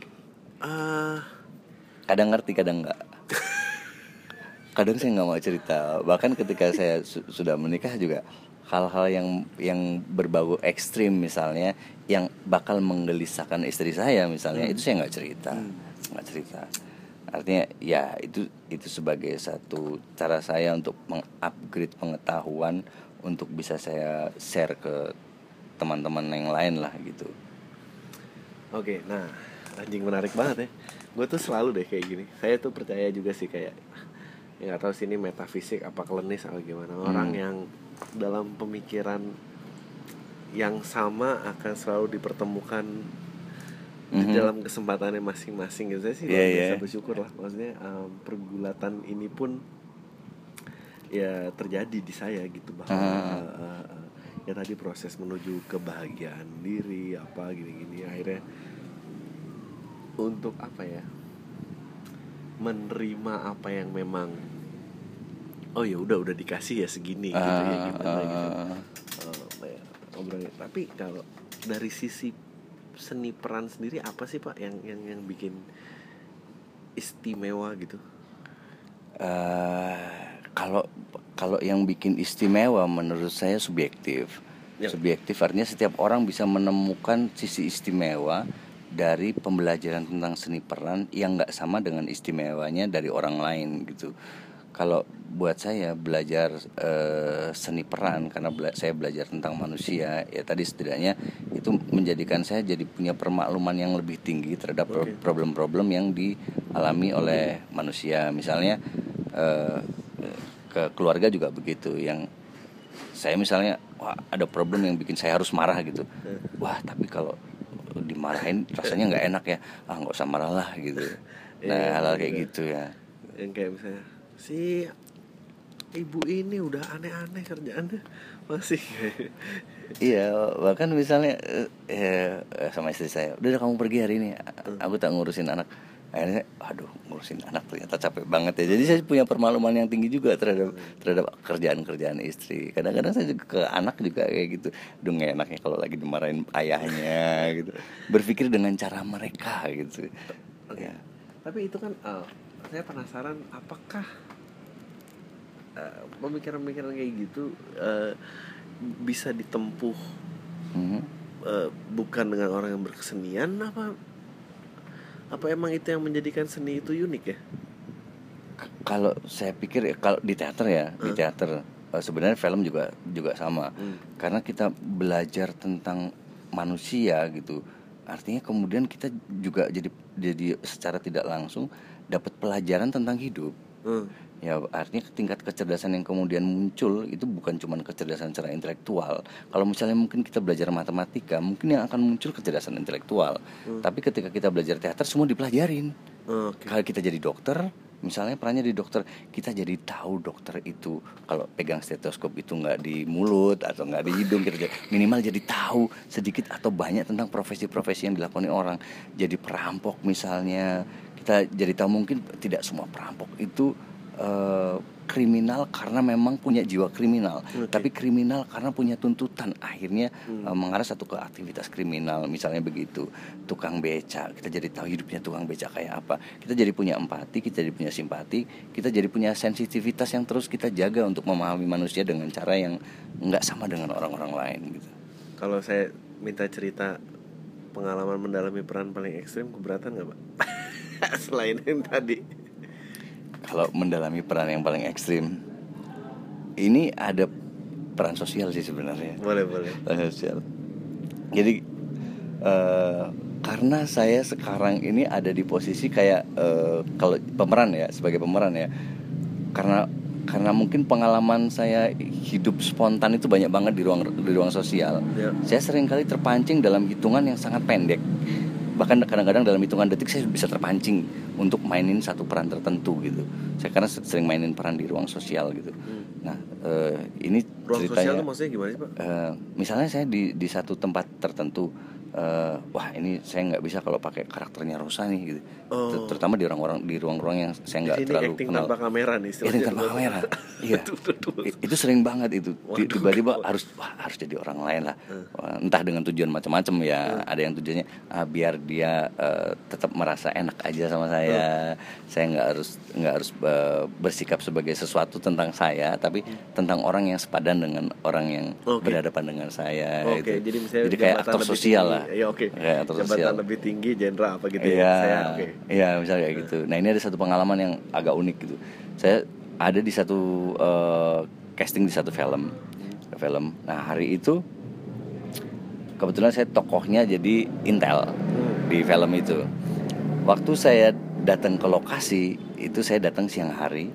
Kadang ngerti, kadang nggak. Kadang saya nggak mau cerita. Bahkan ketika saya sudah menikah juga, hal-hal yang berbau ekstrim misalnya, yang bakal menggelisahkan istri saya misalnya, itu saya nggak cerita. Artinya ya itu sebagai satu cara saya untuk mengupgrade pengetahuan untuk bisa saya share ke teman-teman yang lain lah gitu. Oke, nah anjing menarik banget ya. Gue tuh selalu deh kayak gini. Saya tuh percaya juga sih kayak, ya nggak tahu sih ini metafisik apa klinis atau gimana. Orang yang dalam pemikiran yang sama akan selalu dipertemukan di dalam kesempatannya masing-masing gitu. Saya sih bisa bersyukur lah. Maksudnya pergulatan ini pun ya terjadi di saya gitu, bahwa ya tadi proses menuju kebahagiaan diri apa gini-gini, akhirnya untuk apa ya, menerima apa yang memang oh ya udah dikasih ya segini gitu ya gimana gitu. Ya, ngobrolnya. Tapi kalau dari sisi seni peran sendiri apa sih Pak yang bikin istimewa gitu? Kalau yang bikin istimewa menurut saya subjektif. Subjektif artinya setiap orang bisa menemukan sisi istimewa dari pembelajaran tentang seni peran yang nggak sama dengan istimewanya dari orang lain gitu. Kalau buat saya belajar seni peran karena saya belajar tentang manusia, ya tadi setidaknya itu menjadikan saya jadi punya permakluman yang lebih tinggi terhadap problem-problem yang dialami oleh manusia. Misalnya ke keluarga juga begitu, yang saya misalnya ada problem yang bikin saya harus marah gitu. Wah, tapi kalau dimarahin rasanya nggak enak ya, nggak usah marah lah gitu. Nah, hal-hal kayak gitu ya. Yang kayak misalnya si ibu ini udah aneh-aneh kerjaannya masih. Iya, bahkan misalnya sama istri saya, udah kamu pergi hari ini, aku tak ngurusin anak. Akhirnya, aduh, ngurusin anak ternyata capek banget ya. Jadi saya punya permakluman yang tinggi juga terhadap kerjaan-kerjaan istri. Kadang-kadang saya juga ke anak juga kayak gitu. Aduh, gak enaknya kalau lagi dimarahin ayahnya gitu. Berpikir dengan cara mereka gitu. Ya. Tapi itu kan saya penasaran apakah pemikiran-pemikiran kayak gitu bisa ditempuh bukan dengan orang yang berkesenian, apa emang itu yang menjadikan seni itu unik ya? Kalau saya pikir kalau di teater ya, di teater sebenarnya film juga sama. Karena kita belajar tentang manusia gitu. Artinya kemudian kita juga jadi secara tidak langsung dapat pelajaran tentang hidup. Ya, artinya tingkat kecerdasan yang kemudian muncul itu bukan cuma kecerdasan secara intelektual. Kalau misalnya mungkin kita belajar matematika, mungkin yang akan muncul kecerdasan intelektual. Tapi ketika kita belajar teater, semua dipelajarin. Kalau kita jadi dokter, misalnya perannya di dokter, kita jadi tahu dokter itu kalau pegang stetoskop itu nggak di mulut atau nggak di hidung, kita minimal jadi tahu sedikit atau banyak tentang profesi-profesi yang dilakoni orang. Jadi perampok misalnya, kita jadi tahu mungkin tidak semua perampok itu kriminal karena memang punya jiwa kriminal, tapi kriminal karena punya tuntutan, akhirnya mengarah satu ke aktivitas kriminal, misalnya begitu. Tukang beca, kita jadi tahu hidupnya tukang beca kayak apa, kita jadi punya empati, kita jadi punya simpati, kita jadi punya sensitivitas yang terus kita jaga untuk memahami manusia dengan cara yang nggak sama dengan orang-orang lain gitu. Kalau saya minta cerita pengalaman mendalami peran paling ekstrim, keberatan nggak Pak? Selain yang tadi. Kalau mendalami peran yang paling ekstrim, ini ada peran sosial sih sebenarnya. Boleh. Peran sosial. Jadi Karena saya sekarang ini ada di posisi kayak kalau pemeran ya, sebagai pemeran ya. Karena mungkin pengalaman saya hidup spontan itu banyak banget di ruang sosial. Saya sering kali terpancing dalam hitungan yang sangat pendek. Bahkan kadang-kadang dalam hitungan detik saya bisa terpancing untuk mainin satu peran tertentu gitu. Saya karena sering mainin peran di ruang sosial gitu. Nah, ini ruang ceritanya. Sosial itu maksudnya gimana sih, Pak? Misalnya saya di satu tempat tertentu, wah ini saya nggak bisa kalau pakai karakternya Rosa nih gitu. Terutama di ruang-ruang yang saya nggak terlalu acting kenal. tanpa kamera nih. Acting tanpa kamera. Iya. Itu sering banget itu. Tiba-tiba harus jadi orang lain lah. Entah dengan tujuan macam-macam ya. Ada yang tujuannya biar dia tetap merasa enak aja sama saya. Saya nggak harus bersikap sebagai sesuatu tentang saya, tapi tentang orang yang sepadan dengan orang yang berhadapan dengan saya. Oke, gitu. Jadi kayak aktor sosial lah. Ya, oke. Kayak aktor Jabatan sosial. lebih tinggi, jenderal apa gitu Iya, ya. Iya, misalnya kayak gitu. Nah, ini ada satu pengalaman yang agak unik gitu. Saya ada di satu casting di satu film. Nah, hari itu kebetulan saya tokohnya jadi Intel di film itu. Waktu saya datang ke lokasi itu, saya datang siang hari.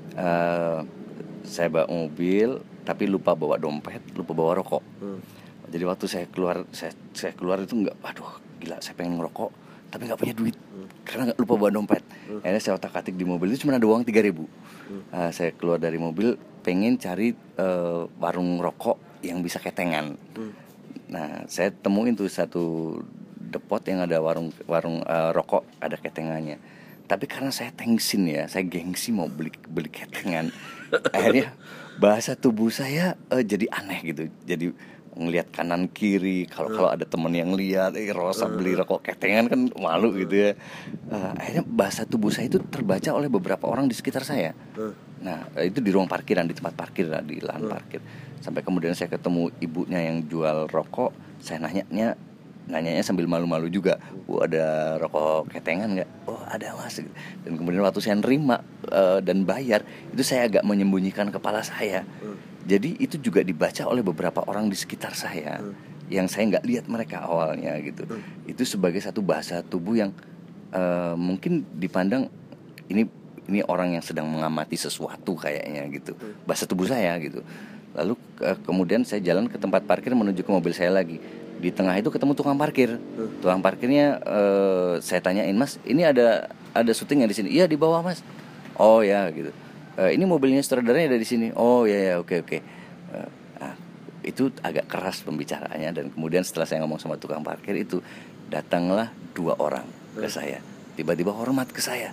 Saya bawa mobil tapi lupa bawa dompet, lupa bawa rokok. Jadi waktu saya keluar itu nggak, waduh gila, saya pengen ngerokok tapi nggak punya duit karena nggak lupa bawa dompet. Akhirnya saya otak-atik di mobil itu cuma ada uang 3.000. Saya keluar dari mobil pengen cari warung rokok yang bisa ketengan. Nah, saya temuin tuh satu depot yang ada warung rokok ada ketengannya. Tapi karena saya tengsin ya, saya gengsi mau beli ketengan. Akhirnya bahasa tubuh saya jadi aneh gitu. Jadi ngelihat kanan kiri, kalau ada temen yang lihat Rosa beli rokok ketengan kan malu gitu ya. Akhirnya bahasa tubuh saya itu terbaca oleh beberapa orang di sekitar saya. Nah, itu di ruang parkiran, di tempat parkir lah, di lahan parkir. Sampai kemudian saya ketemu ibunya yang jual rokok. Saya nanyanya sambil malu-malu juga. Ada rokok ketengan nggak? Oh, ada mas. Dan kemudian waktu saya nerima dan bayar, itu saya agak menyembunyikan kepala saya. Jadi itu juga dibaca oleh beberapa orang di sekitar saya yang saya nggak lihat mereka awalnya gitu. Itu sebagai satu bahasa tubuh yang mungkin dipandang ini orang yang sedang mengamati sesuatu kayaknya gitu. Bahasa tubuh saya gitu. Lalu kemudian saya jalan ke tempat parkir menuju ke mobil saya lagi. Di tengah itu ketemu tukang parkir. Tukang parkirnya saya tanyain, "Mas, ini ada syutingnya di sini?" "Iya, di bawah, Mas." "Oh ya," gitu. "Ini mobilnya sutradaranya ada di sini." "Oh ya, oke." Nah, itu agak keras pembicaraannya, dan kemudian setelah saya ngomong sama tukang parkir itu, datanglah 2 orang ke saya. Tiba-tiba hormat ke saya.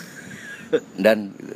Dan gitu.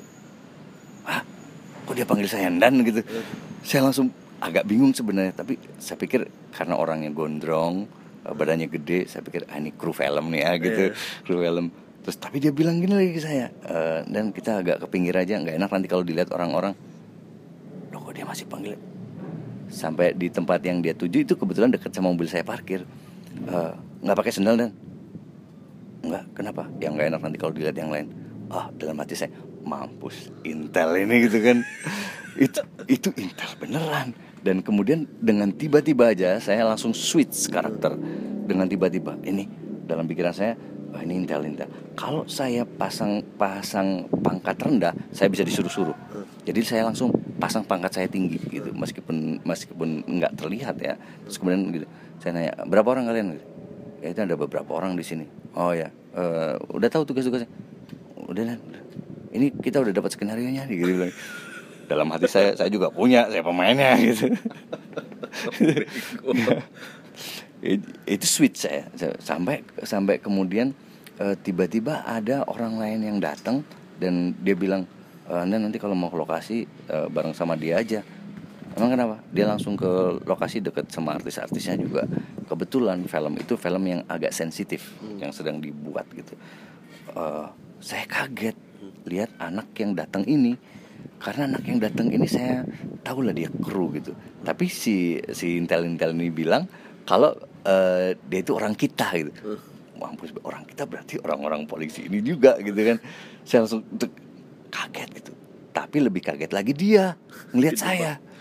Kok dia panggil saya Dan gitu. Saya langsung agak bingung sebenarnya, tapi saya pikir karena orangnya gondrong, badannya gede, saya pikir ini kru film nih ya gitu, kru film. Terus tapi dia bilang gini lagi ke saya, dan kita agak ke pinggir aja, nggak enak nanti kalau dilihat orang-orang. Loh, kok dia masih panggil? Sampai di tempat yang dia tuju itu kebetulan dekat sama mobil saya parkir. Nggak pakai sendal Dan? Nggak, kenapa? Ya nggak enak nanti kalau dilihat yang lain. Dalam hati saya, mampus Intel ini gitu kan. Itu Intel beneran. Dan kemudian dengan tiba-tiba aja saya langsung switch karakter. Dengan tiba-tiba ini dalam pikiran saya, ini Intel. Kalau saya pasang pangkat rendah, saya bisa disuruh-suruh. Jadi saya langsung pasang pangkat saya tinggi gitu, meskipun nggak terlihat ya. Terus kemudian gitu, saya nanya, "Berapa orang kalian?" "Ya itu ada beberapa orang di sini." "Oh ya, udah tahu tugas-tugasnya?" "Udah Dan, ini kita udah dapat skenarionya nih," gitu. Dalam hati saya juga punya, saya pemainnya gitu. Itu switch saya sampai kemudian tiba-tiba ada orang lain yang datang dan dia bilang, nanti kalau mau ke lokasi bareng sama dia aja." "Emang kenapa?" "Dia langsung ke lokasi dekat sama artis-artisnya juga. Kebetulan film itu film yang agak sensitif yang sedang dibuat gitu." Saya kaget lihat anak yang datang ini. Karena anak yang datang ini saya tahu lah dia kru gitu. Tapi si Intel ini bilang kalau dia itu orang kita gitu. Mampus, orang kita berarti orang-orang polisi ini juga gitu kan. Saya langsung kaget gitu. Tapi lebih kaget lagi dia ngelihat saya.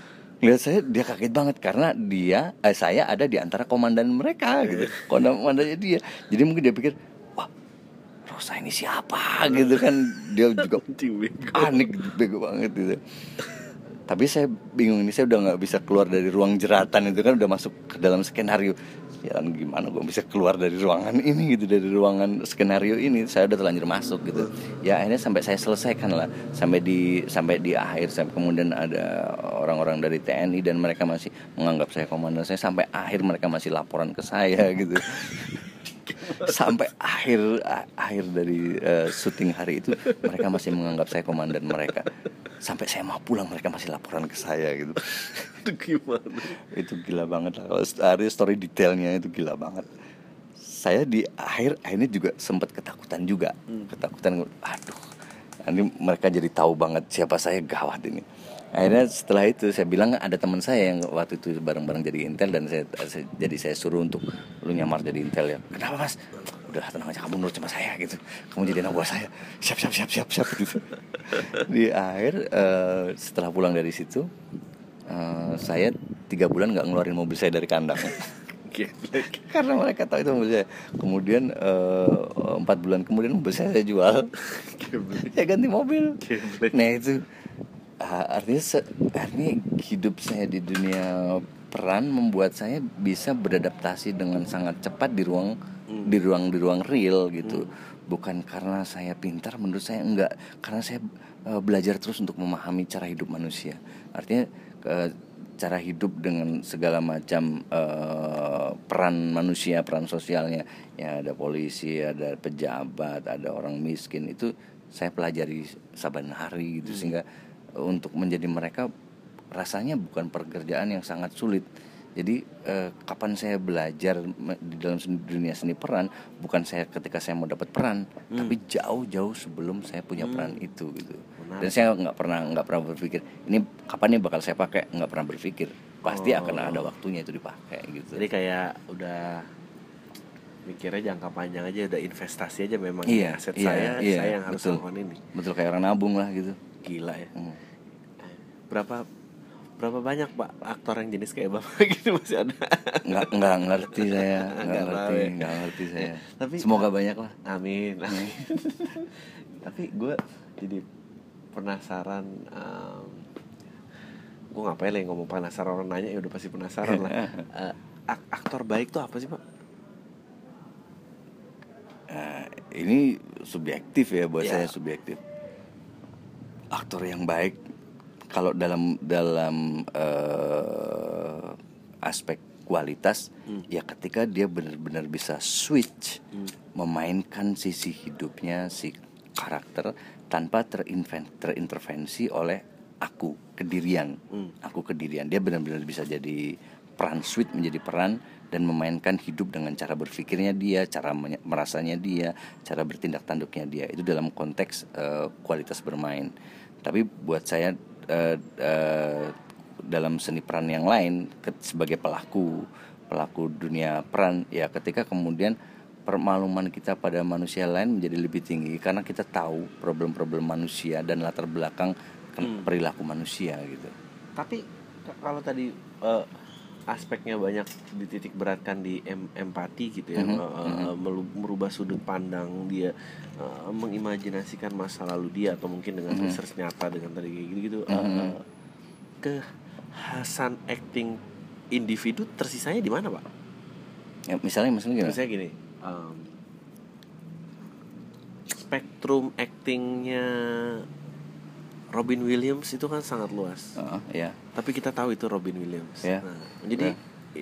Lihat saya, dia kaget banget karena saya ada di antara komandan mereka gitu, komandannya dia. Jadi mungkin dia pikir, wah, Rosa ini siapa gitu kan. Dia juga panik, bego banget gitu. Tapi saya bingung, ini saya udah nggak bisa keluar dari ruang jeratan itu kan, udah masuk ke dalam skenario. Ya gimana gue bisa keluar dari ruangan ini gitu, dari ruangan skenario ini. Saya udah terlanjur masuk gitu. Ya akhirnya sampai saya selesaikan lah, sampai di akhir. Sampai kemudian ada orang-orang dari TNI dan mereka masih menganggap saya komandan saya. Sampai akhir mereka masih laporan ke saya gitu. Sampai akhir dari syuting hari itu mereka masih menganggap saya komandan mereka. Sampai saya mau pulang mereka masih laporan ke saya gitu. Itu gimana? Itu gila banget lah. Kalau story detailnya itu gila banget. Saya di akhirnya juga sempat ketakutan juga. Ketakutan, aduh, ini mereka jadi tahu banget siapa saya, gawat ini. Akhirnya setelah itu saya bilang, ada teman saya yang waktu itu bareng-bareng jadi intel, dan saya suruh untuk, lu nyamar jadi intel ya. Kenapa mas? Udah tenang aja, kamu nurut sama saya gitu, kamu jadi anak buah saya. Siap gitu. Di akhir setelah pulang dari situ, saya 3 bulan nggak ngeluarin mobil saya dari kandang. Karena mereka tahu itu mobil saya. Kemudian 4 bulan kemudian mobil saya jual. Saya ganti mobil. Nah itu artinya hidup saya di dunia peran membuat saya bisa beradaptasi dengan sangat cepat di ruang real gitu. Bukan karena saya pintar, menurut saya enggak, karena saya belajar terus untuk memahami cara hidup manusia. Artinya cara hidup dengan segala macam peran manusia, peran sosialnya. Ya ada polisi, ada pejabat, ada orang miskin, itu saya pelajari saban hari gitu. Sehingga untuk menjadi mereka rasanya bukan pekerjaan yang sangat sulit. Jadi kapan saya belajar di dalam dunia seni peran, bukan saya ketika saya mau dapat peran, tapi jauh-jauh sebelum saya punya peran itu gitu. Dan saya nggak pernah berpikir ini kapan nih bakal saya pakai, nggak pernah berpikir. Pasti akan ada waktunya itu dipakai gitu. Jadi kayak udah mikirnya jangka panjang aja, udah investasi aja memang. Aset saya yang harus lakukan ini. Betul, kayak orang nabung lah gitu. Gila ya. Berapa banyak Pak aktor yang jenis kayak Bapak gitu masih ada? Nggak ngerti saya, nggak ngerti saya. Tapi semoga banyak lah. Amin. Tapi gue jadi penasaran. Gue ngapain lah ngomong penasaran, orang nanya ya udah pasti penasaran lah. Aktor baik tuh apa sih Pak? Ini subjektif ya, buat saya subjektif. Aktor yang baik kalau dalam aspek kualitas, ya ketika dia benar-benar bisa switch, memainkan sisi hidupnya, si karakter tanpa terintervensi oleh kedirian. Dia benar-benar bisa jadi peran, switch menjadi peran, dan memainkan hidup dengan cara berpikirnya dia, cara merasanya dia, cara bertindak tanduknya dia. Itu dalam konteks kualitas bermain. Tapi buat saya dalam seni peran yang lain, sebagai pelaku dunia peran, ya ketika kemudian permakluman kita pada manusia lain menjadi lebih tinggi karena kita tahu problem-problem manusia dan latar belakang perilaku manusia gitu. Tapi kalau tadi aspeknya banyak dititik beratkan di empati gitu ya, merubah sudut pandang dia, mengimajinasikan masa lalu dia, atau mungkin dengan research nyata dengan tadi kayak gitu. Kekhasan acting individu tersisanya di mana Pak? Ya, misalnya gimana? Misalnya gini, spektrum actingnya Robin Williams itu kan sangat luas. Tapi kita tahu itu Robin Williams. Jadi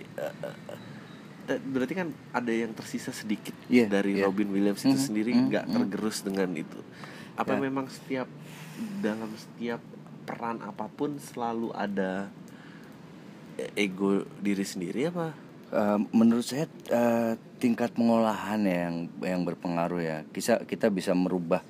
berarti kan ada yang tersisa sedikit dari Robin Williams itu sendiri, nggak tergerus dengan itu. Apa memang dalam setiap peran apapun selalu ada ego diri sendiri apa? Menurut saya tingkat pengolahan yang berpengaruh ya. Kita bisa merubah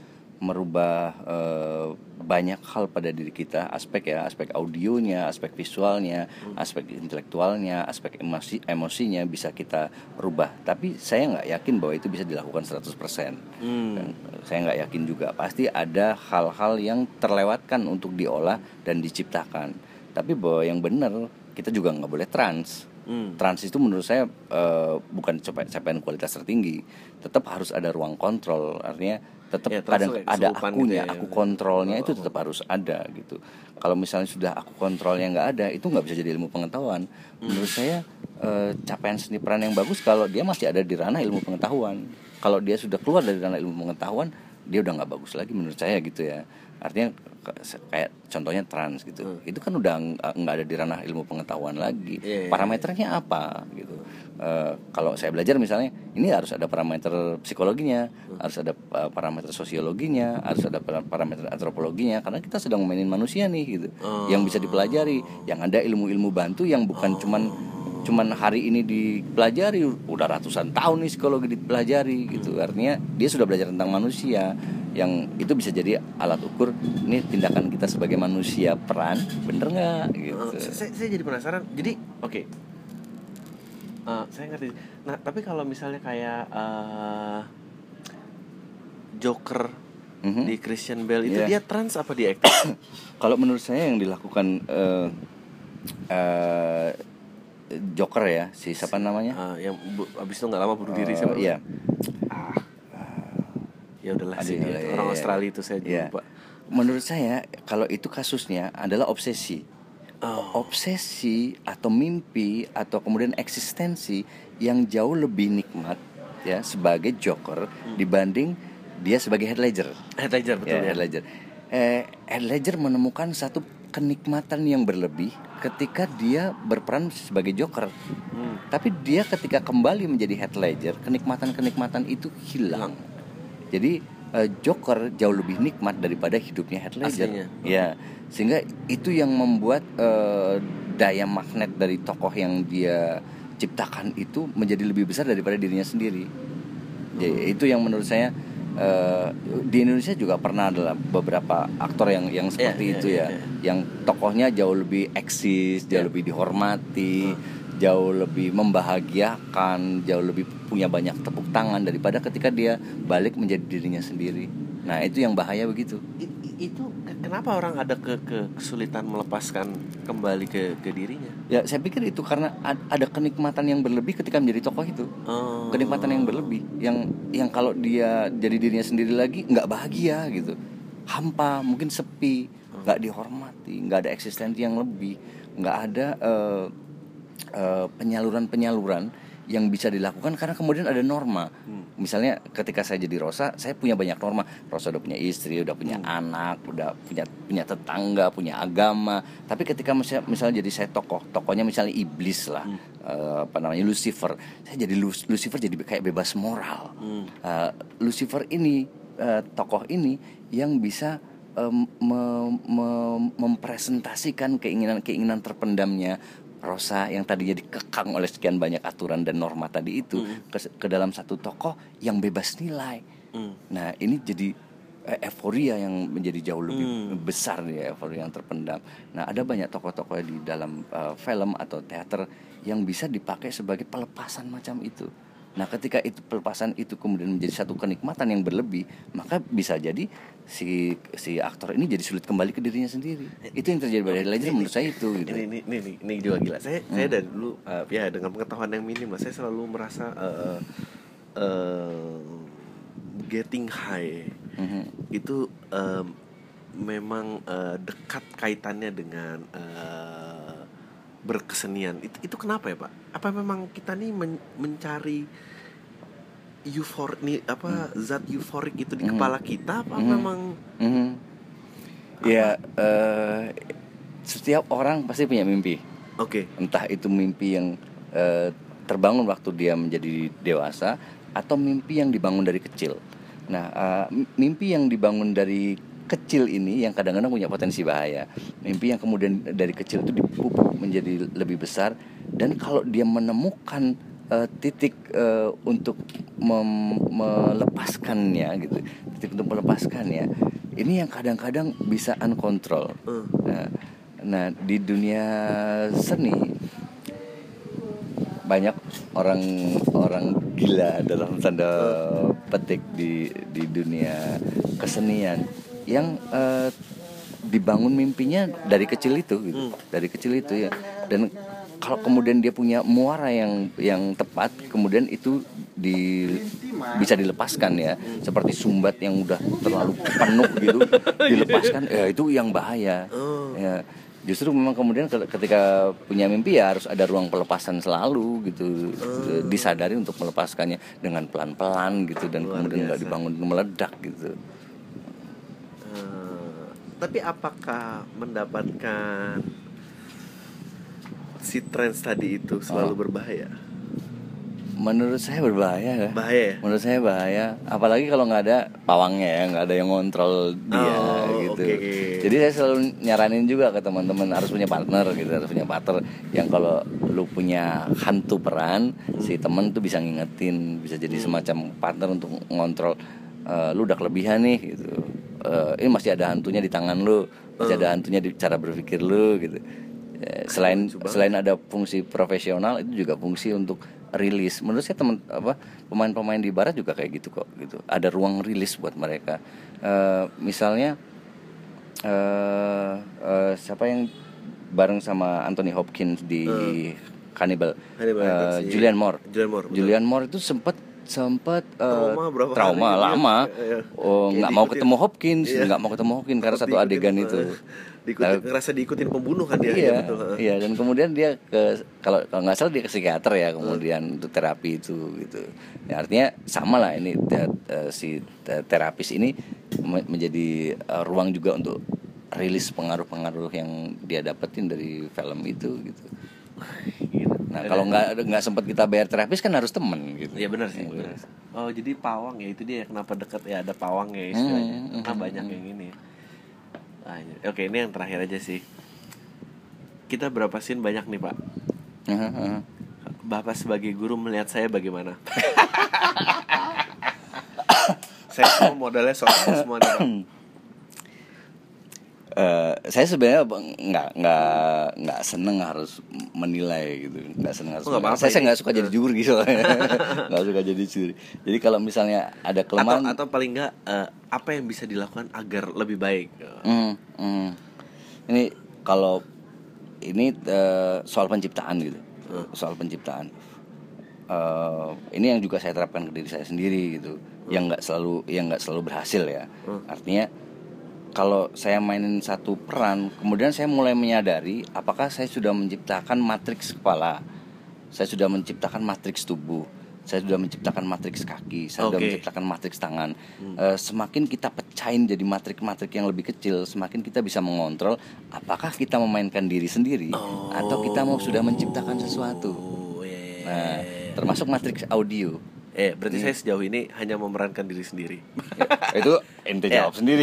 banyak hal pada diri kita, aspek audionya, aspek visualnya, aspek intelektualnya, aspek emosinya bisa kita rubah. Tapi saya nggak yakin bahwa itu bisa dilakukan 100%. Dan saya nggak yakin juga, pasti ada hal-hal yang terlewatkan untuk diolah dan diciptakan. Tapi bahwa yang benar kita juga nggak boleh trans. Trans itu menurut saya bukan capaian kualitas tertinggi, tetap harus ada ruang kontrol. Artinya tetap Ya, kadang kayak ada kesurupan akunya, gitu ya. aku kontrolnya itu tetap harus ada gitu. Kalau misalnya sudah aku kontrolnya nggak ada, itu nggak bisa jadi ilmu pengetahuan. Menurut saya capaian seni peran yang bagus kalau dia masih ada di ranah ilmu pengetahuan. Kalau dia sudah keluar dari ranah ilmu pengetahuan, dia udah nggak bagus lagi menurut saya gitu ya. Artinya kayak contohnya trans gitu, itu kan udah nggak ada di ranah ilmu pengetahuan lagi. Parameternya apa gitu. Kalau saya belajar misalnya, ini harus ada parameter psikologinya, harus ada parameter sosiologinya, harus ada parameter antropologinya, karena kita sedang mainin manusia nih gitu, yang bisa dipelajari, yang ada ilmu-ilmu bantu yang bukan cuman hari ini dipelajari, udah ratusan tahun nih psikologi dipelajari gitu. Artinya dia sudah belajar tentang manusia, yang itu bisa jadi alat ukur ini tindakan kita sebagai manusia peran bener nggak gitu. Saya jadi penasaran. Jadi oke. Saya ngerti. Nah, tapi kalau misalnya kayak Joker di Christian Bale itu dia trans apa dia acting? Kalau menurut saya yang dilakukan Joker ya, si siapa namanya? Yang abis itu nggak lama bunuh diri siapa? Iya. Ya udahlah sih dia orang Australia itu saya lupa. Menurut saya kalau itu kasusnya adalah obsesi. Obsesi atau mimpi atau kemudian eksistensi yang jauh lebih nikmat ya sebagai Joker dibanding dia sebagai Heath Ledger. Heath Ledger betul ya. Heath Ledger. Heath Ledger menemukan satu kenikmatan yang berlebih ketika dia berperan sebagai Joker. Tapi dia ketika kembali menjadi Heath Ledger, kenikmatan-kenikmatan itu hilang. Jadi Joker jauh lebih nikmat daripada hidupnya Heath Ledger. Aslinya. Ya, sehingga itu yang membuat daya magnet dari tokoh yang dia ciptakan itu menjadi lebih besar daripada dirinya sendiri. Jadi, itu yang menurut saya di Indonesia juga pernah ada beberapa aktor yang seperti itu ya, yang tokohnya jauh lebih eksis, jauh lebih dihormati, jauh lebih membahagiakan, jauh lebih punya banyak tepuk tangan daripada ketika dia balik menjadi dirinya sendiri. Nah, itu yang bahaya begitu. Itu kenapa orang ada kesulitan melepaskan kembali ke dirinya? Ya, saya pikir itu karena ada kenikmatan yang berlebih ketika menjadi tokoh itu. Kenikmatan yang berlebih yang kalau dia jadi dirinya sendiri lagi nggak bahagia gitu. Hampa, mungkin sepi, nggak dihormati, nggak ada eksistensi yang lebih, nggak ada penyaluran yang bisa dilakukan karena kemudian ada norma. Misalnya ketika saya jadi Rosa, saya punya banyak norma. Rosa udah punya istri, udah punya anak, udah punya tetangga, punya agama. Tapi ketika misalnya jadi saya tokohnya misalnya iblis lah, Lucifer. Saya jadi Lucifer jadi kayak bebas moral. Lucifer ini tokoh ini yang bisa mempresentasikan keinginan terpendamnya Rosa yang tadinya dikekang oleh sekian banyak aturan dan norma tadi itu ke dalam satu tokoh yang bebas nilai. Nah, ini jadi euforia yang menjadi jauh lebih besar ya, euforia yang terpendam. Nah, ada banyak tokoh-tokoh di dalam film atau teater yang bisa dipakai sebagai pelepasan macam itu. Nah, ketika itu pelepasan itu kemudian menjadi satu kenikmatan yang berlebih, maka bisa jadi si aktor ini jadi sulit kembali ke dirinya sendiri. Itu yang terjadi pada Heath Ledger menurut saya itu gitu. Ini juga gila. Saya dari dulu ya dengan pengetahuan yang minim lah, saya selalu merasa getting high itu memang dekat kaitannya dengan berkesenian. Itu kenapa ya, Pak? Apa memang kita nih mencari zat euforik itu di kepala kita apa memang ya setiap orang pasti punya mimpi. Entah itu mimpi yang terbangun waktu dia menjadi dewasa atau mimpi yang dibangun dari kecil. Nah, mimpi yang dibangun dari kecil ini yang kadang-kadang punya potensi bahaya. Mimpi yang kemudian dari kecil itu dipupuk menjadi lebih besar, dan kalau dia menemukan titik untuk melepaskannya gitu, titik untuk melepaskannya, ini yang kadang-kadang bisa uncontrol. Nah, di dunia seni banyak orang gila dalam tanda petik di dunia kesenian yang dibangun mimpinya dari kecil itu gitu. Dari kecil itu ya. Dan kalau kemudian dia punya muara yang tepat, kemudian itu bisa dilepaskan ya. Seperti sumbat yang udah terlalu penuh gitu, dilepaskan ya itu yang bahaya. Ya. Justru memang kemudian ketika punya mimpi ya harus ada ruang pelepasan selalu gitu, disadari untuk melepaskannya dengan pelan-pelan gitu, dan luar kemudian nggak dibangun meledak gitu. Tapi apakah mendapatkan si trans tadi itu selalu berbahaya? Menurut saya berbahaya ya. Bahaya. Menurut saya bahaya, apalagi kalau nggak ada pawangnya ya, nggak ada yang ngontrol dia gitu. Okay. Jadi saya selalu nyaranin juga ke teman-teman harus punya partner gitu, harus punya partner yang kalau lu punya hantu peran, si teman tuh bisa ngingetin, bisa jadi semacam partner untuk ngontrol. Lu udah kelebihan nih gitu. Ini masih ada hantunya di tangan lu, masih ada hantunya di cara berpikir lu gitu. Selain ada fungsi profesional, itu juga fungsi untuk rilis. Menurut saya pemain-pemain di barat juga kayak gitu kok gitu. Ada ruang rilis buat mereka. Misalnya siapa yang bareng sama Anthony Hopkins di Hannibal, Julianne Moore itu sempat trauma lama. Nggak mau ketemu Hopkins, karena satu adegan itu. Ngerasa diikutin pembunuh kan dia. Iya, betul. Iya, dan kemudian dia kalau nggak salah dia ke psikiater ya, kemudian untuk terapi itu gitu. Ya, artinya sama lah ini si terapis ini menjadi ruang juga untuk rilis pengaruh-pengaruh yang dia dapetin dari film itu gitu. Nah, kalau nggak sempat kita bayar terapis kan harus temen gitu. Iya benar sih. Benar. Oh, jadi pawang ya, itu dia kenapa dekat ya, ada pawang ya istilahnya. Karena banyak yang ini. Oke, ini yang terakhir aja sih. Kita berapa scene banyak nih, Pak? Bapak sebagai guru melihat saya bagaimana? Saya semua modalnya soal semua nih, Pak. Saya sebenarnya nggak seneng harus menilai gitu, nggak seneng harus. Saya nggak suka jadi juri gitu, nggak suka jadi juri. Jadi kalau misalnya ada kelemahan atau paling nggak apa yang bisa dilakukan agar lebih baik. Ini kalau ini soal penciptaan gitu, soal penciptaan. Ini yang juga saya terapkan ke diri saya sendiri gitu, yang nggak selalu berhasil ya. Artinya kalau saya mainin satu peran, kemudian saya mulai menyadari apakah saya sudah menciptakan matriks kepala, saya sudah menciptakan matriks tubuh, saya sudah menciptakan matriks kaki, saya sudah menciptakan matriks tangan. Semakin kita pecahin jadi matrik-matrik yang lebih kecil, semakin kita bisa mengontrol apakah kita memainkan diri sendiri atau kita sudah menciptakan sesuatu. Nah, termasuk matriks audio. Berarti saya sejauh ini hanya memerankan diri sendiri. Itu ente jawab sendiri.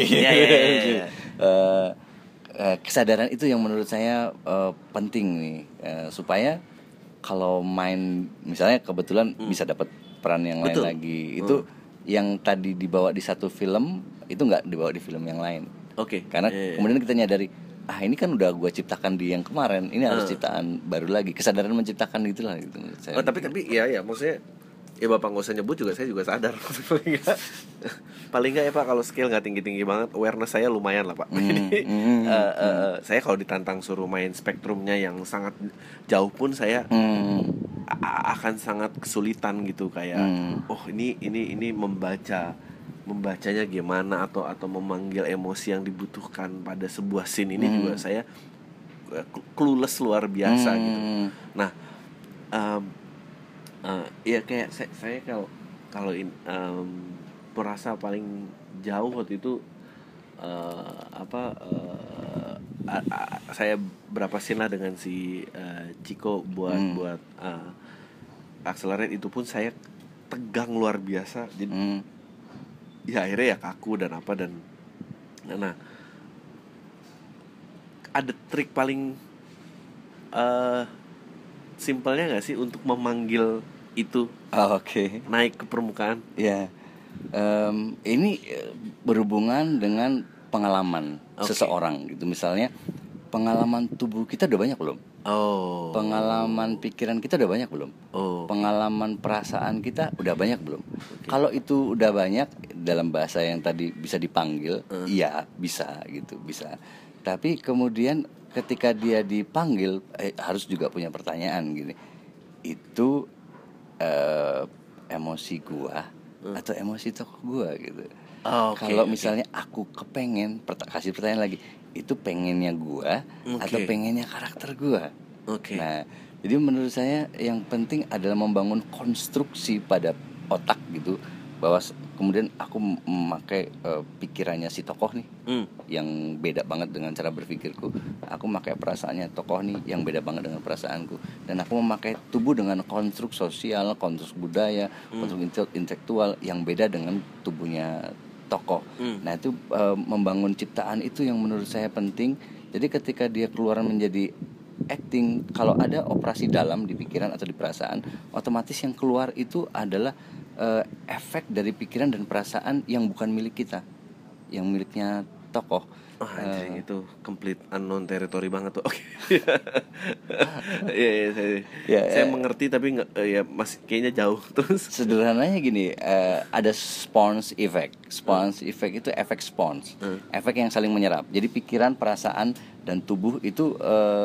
Kesadaran itu yang menurut saya penting nih, supaya kalau main misalnya kebetulan bisa dapat peran yang lain lagi, itu yang tadi dibawa di satu film itu nggak dibawa di film yang lain. Karena kemudian kita nyadari, ini kan udah gue ciptakan di yang kemarin, ini harus ciptaan baru lagi. Kesadaran menciptakan itulah gitu menurut saya. Tapi ya maksudnya ya Bapak nggak usah nyebut juga, saya juga sadar. Paling nggak ya Pak, kalau skill nggak tinggi banget, awareness saya lumayan lah Pak. Saya kalau ditantang suruh main spektrumnya yang sangat jauh pun saya akan sangat kesulitan gitu, kayak ini membacanya gimana, atau memanggil emosi yang dibutuhkan pada sebuah scene ini juga saya clueless luar biasa gitu. Nah, ya kayak saya kalau merasa paling jauh waktu itu saya berapa scene lah dengan si Chico buat Accelerate, itu pun saya tegang luar biasa. Jadi ya akhirnya ya kaku dan nah ada trik paling simpelnya nggak sih untuk memanggil itu naik ke permukaan? Ya, ini berhubungan dengan pengalaman seseorang gitu. Misalnya pengalaman tubuh kita udah banyak belum? Pengalaman pikiran kita udah banyak belum? Pengalaman perasaan kita udah banyak belum? Kalau itu udah banyak, dalam bahasa yang tadi bisa dipanggil, iya bisa gitu, bisa. Tapi kemudian ketika dia dipanggil harus juga punya pertanyaan gini. Itu emosi gua atau emosi tokoh gua gitu. Kalau misalnya aku kepengen kasih pertanyaan lagi, itu pengennya gua atau pengennya karakter gua. Nah, jadi menurut saya yang penting adalah membangun konstruksi pada otak gitu, bahwa kemudian aku memakai pikirannya si tokoh nih yang beda banget dengan cara berpikirku. Aku memakai perasaannya tokoh nih yang beda banget dengan perasaanku. Dan aku memakai tubuh dengan konstruk sosial, konstruk budaya, konstruk intelektual yang beda dengan tubuhnya tokoh. Nah itu membangun ciptaan itu yang menurut saya penting. Jadi ketika dia keluar menjadi acting, kalau ada operasi dalam di pikiran atau di perasaan, otomatis yang keluar itu adalah efek dari pikiran dan perasaan yang bukan milik kita, yang miliknya tokoh. Anjing, itu complete unknown territory banget tuh. Oke. Saya mengerti tapi nggak, ya masih kayaknya jauh terus. Sederhananya gini, ada sponge effect. Sponge effect itu efek sponge, efek yang saling menyerap. Jadi pikiran, perasaan dan tubuh itu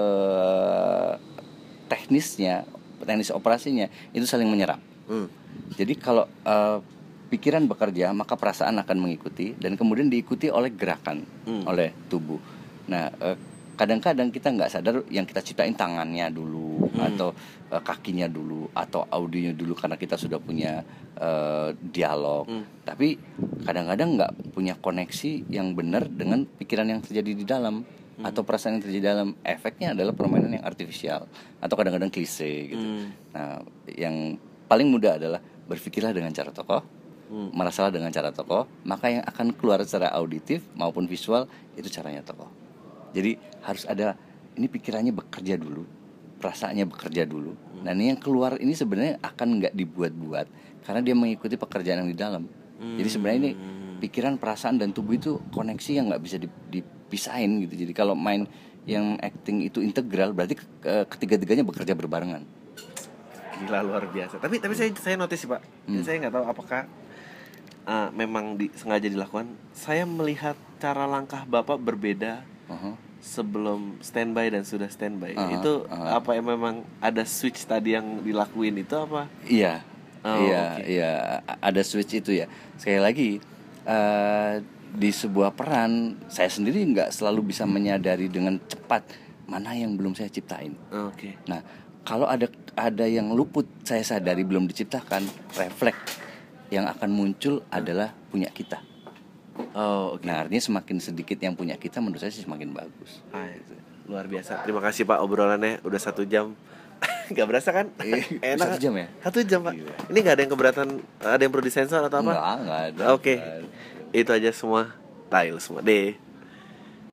teknis operasinya itu saling menyerap. Jadi kalau pikiran bekerja, maka perasaan akan mengikuti dan kemudian diikuti oleh gerakan oleh tubuh. Nah, kadang-kadang kita nggak sadar yang kita ciptain tangannya dulu atau kakinya dulu atau audionya dulu karena kita sudah punya dialog. Tapi kadang-kadang nggak punya koneksi yang benar dengan pikiran yang terjadi di dalam atau perasaan yang terjadi di dalam. Efeknya adalah permainan yang artifisial atau kadang-kadang klise gitu. Nah, yang paling mudah adalah berpikirlah dengan cara tokoh, merasalah dengan cara tokoh, maka yang akan keluar secara auditif maupun visual itu caranya tokoh. Jadi harus ada, ini pikirannya bekerja dulu, perasaannya bekerja dulu. Nah ini yang keluar ini sebenarnya akan nggak dibuat-buat karena dia mengikuti pekerjaan yang di dalam. Jadi sebenarnya ini pikiran, perasaan dan tubuh itu koneksi yang nggak bisa dipisahin gitu. Jadi kalau main yang acting itu integral, berarti ketiga-tiganya bekerja berbarengan. Gila, luar biasa. Tapi saya notice sih Pak. Saya nggak tahu apakah memang sengaja dilakukan. Saya melihat cara langkah Bapak berbeda sebelum standby dan sudah standby. Itu apa yang memang ada switch tadi yang dilakuin itu apa? Iya. Iya, ada switch itu ya. Sekali lagi di sebuah peran saya sendiri nggak selalu bisa menyadari dengan cepat mana yang belum saya ciptain. Nah, kalau ada yang luput saya sadari belum diciptakan, refleks yang akan muncul adalah punya kita. Nah artinya semakin sedikit yang punya kita, menurut saya sih semakin bagus. Luar biasa. Terima kasih Pak, obrolannya udah 1 jam. Gak berasa kan? Enak. 1 jam ya? 1 jam Pak. Gila. Ini gak ada yang keberatan, ada yang perlu disensor atau apa? Enggak ada. Oke. Itu aja semua. Tail semua deh.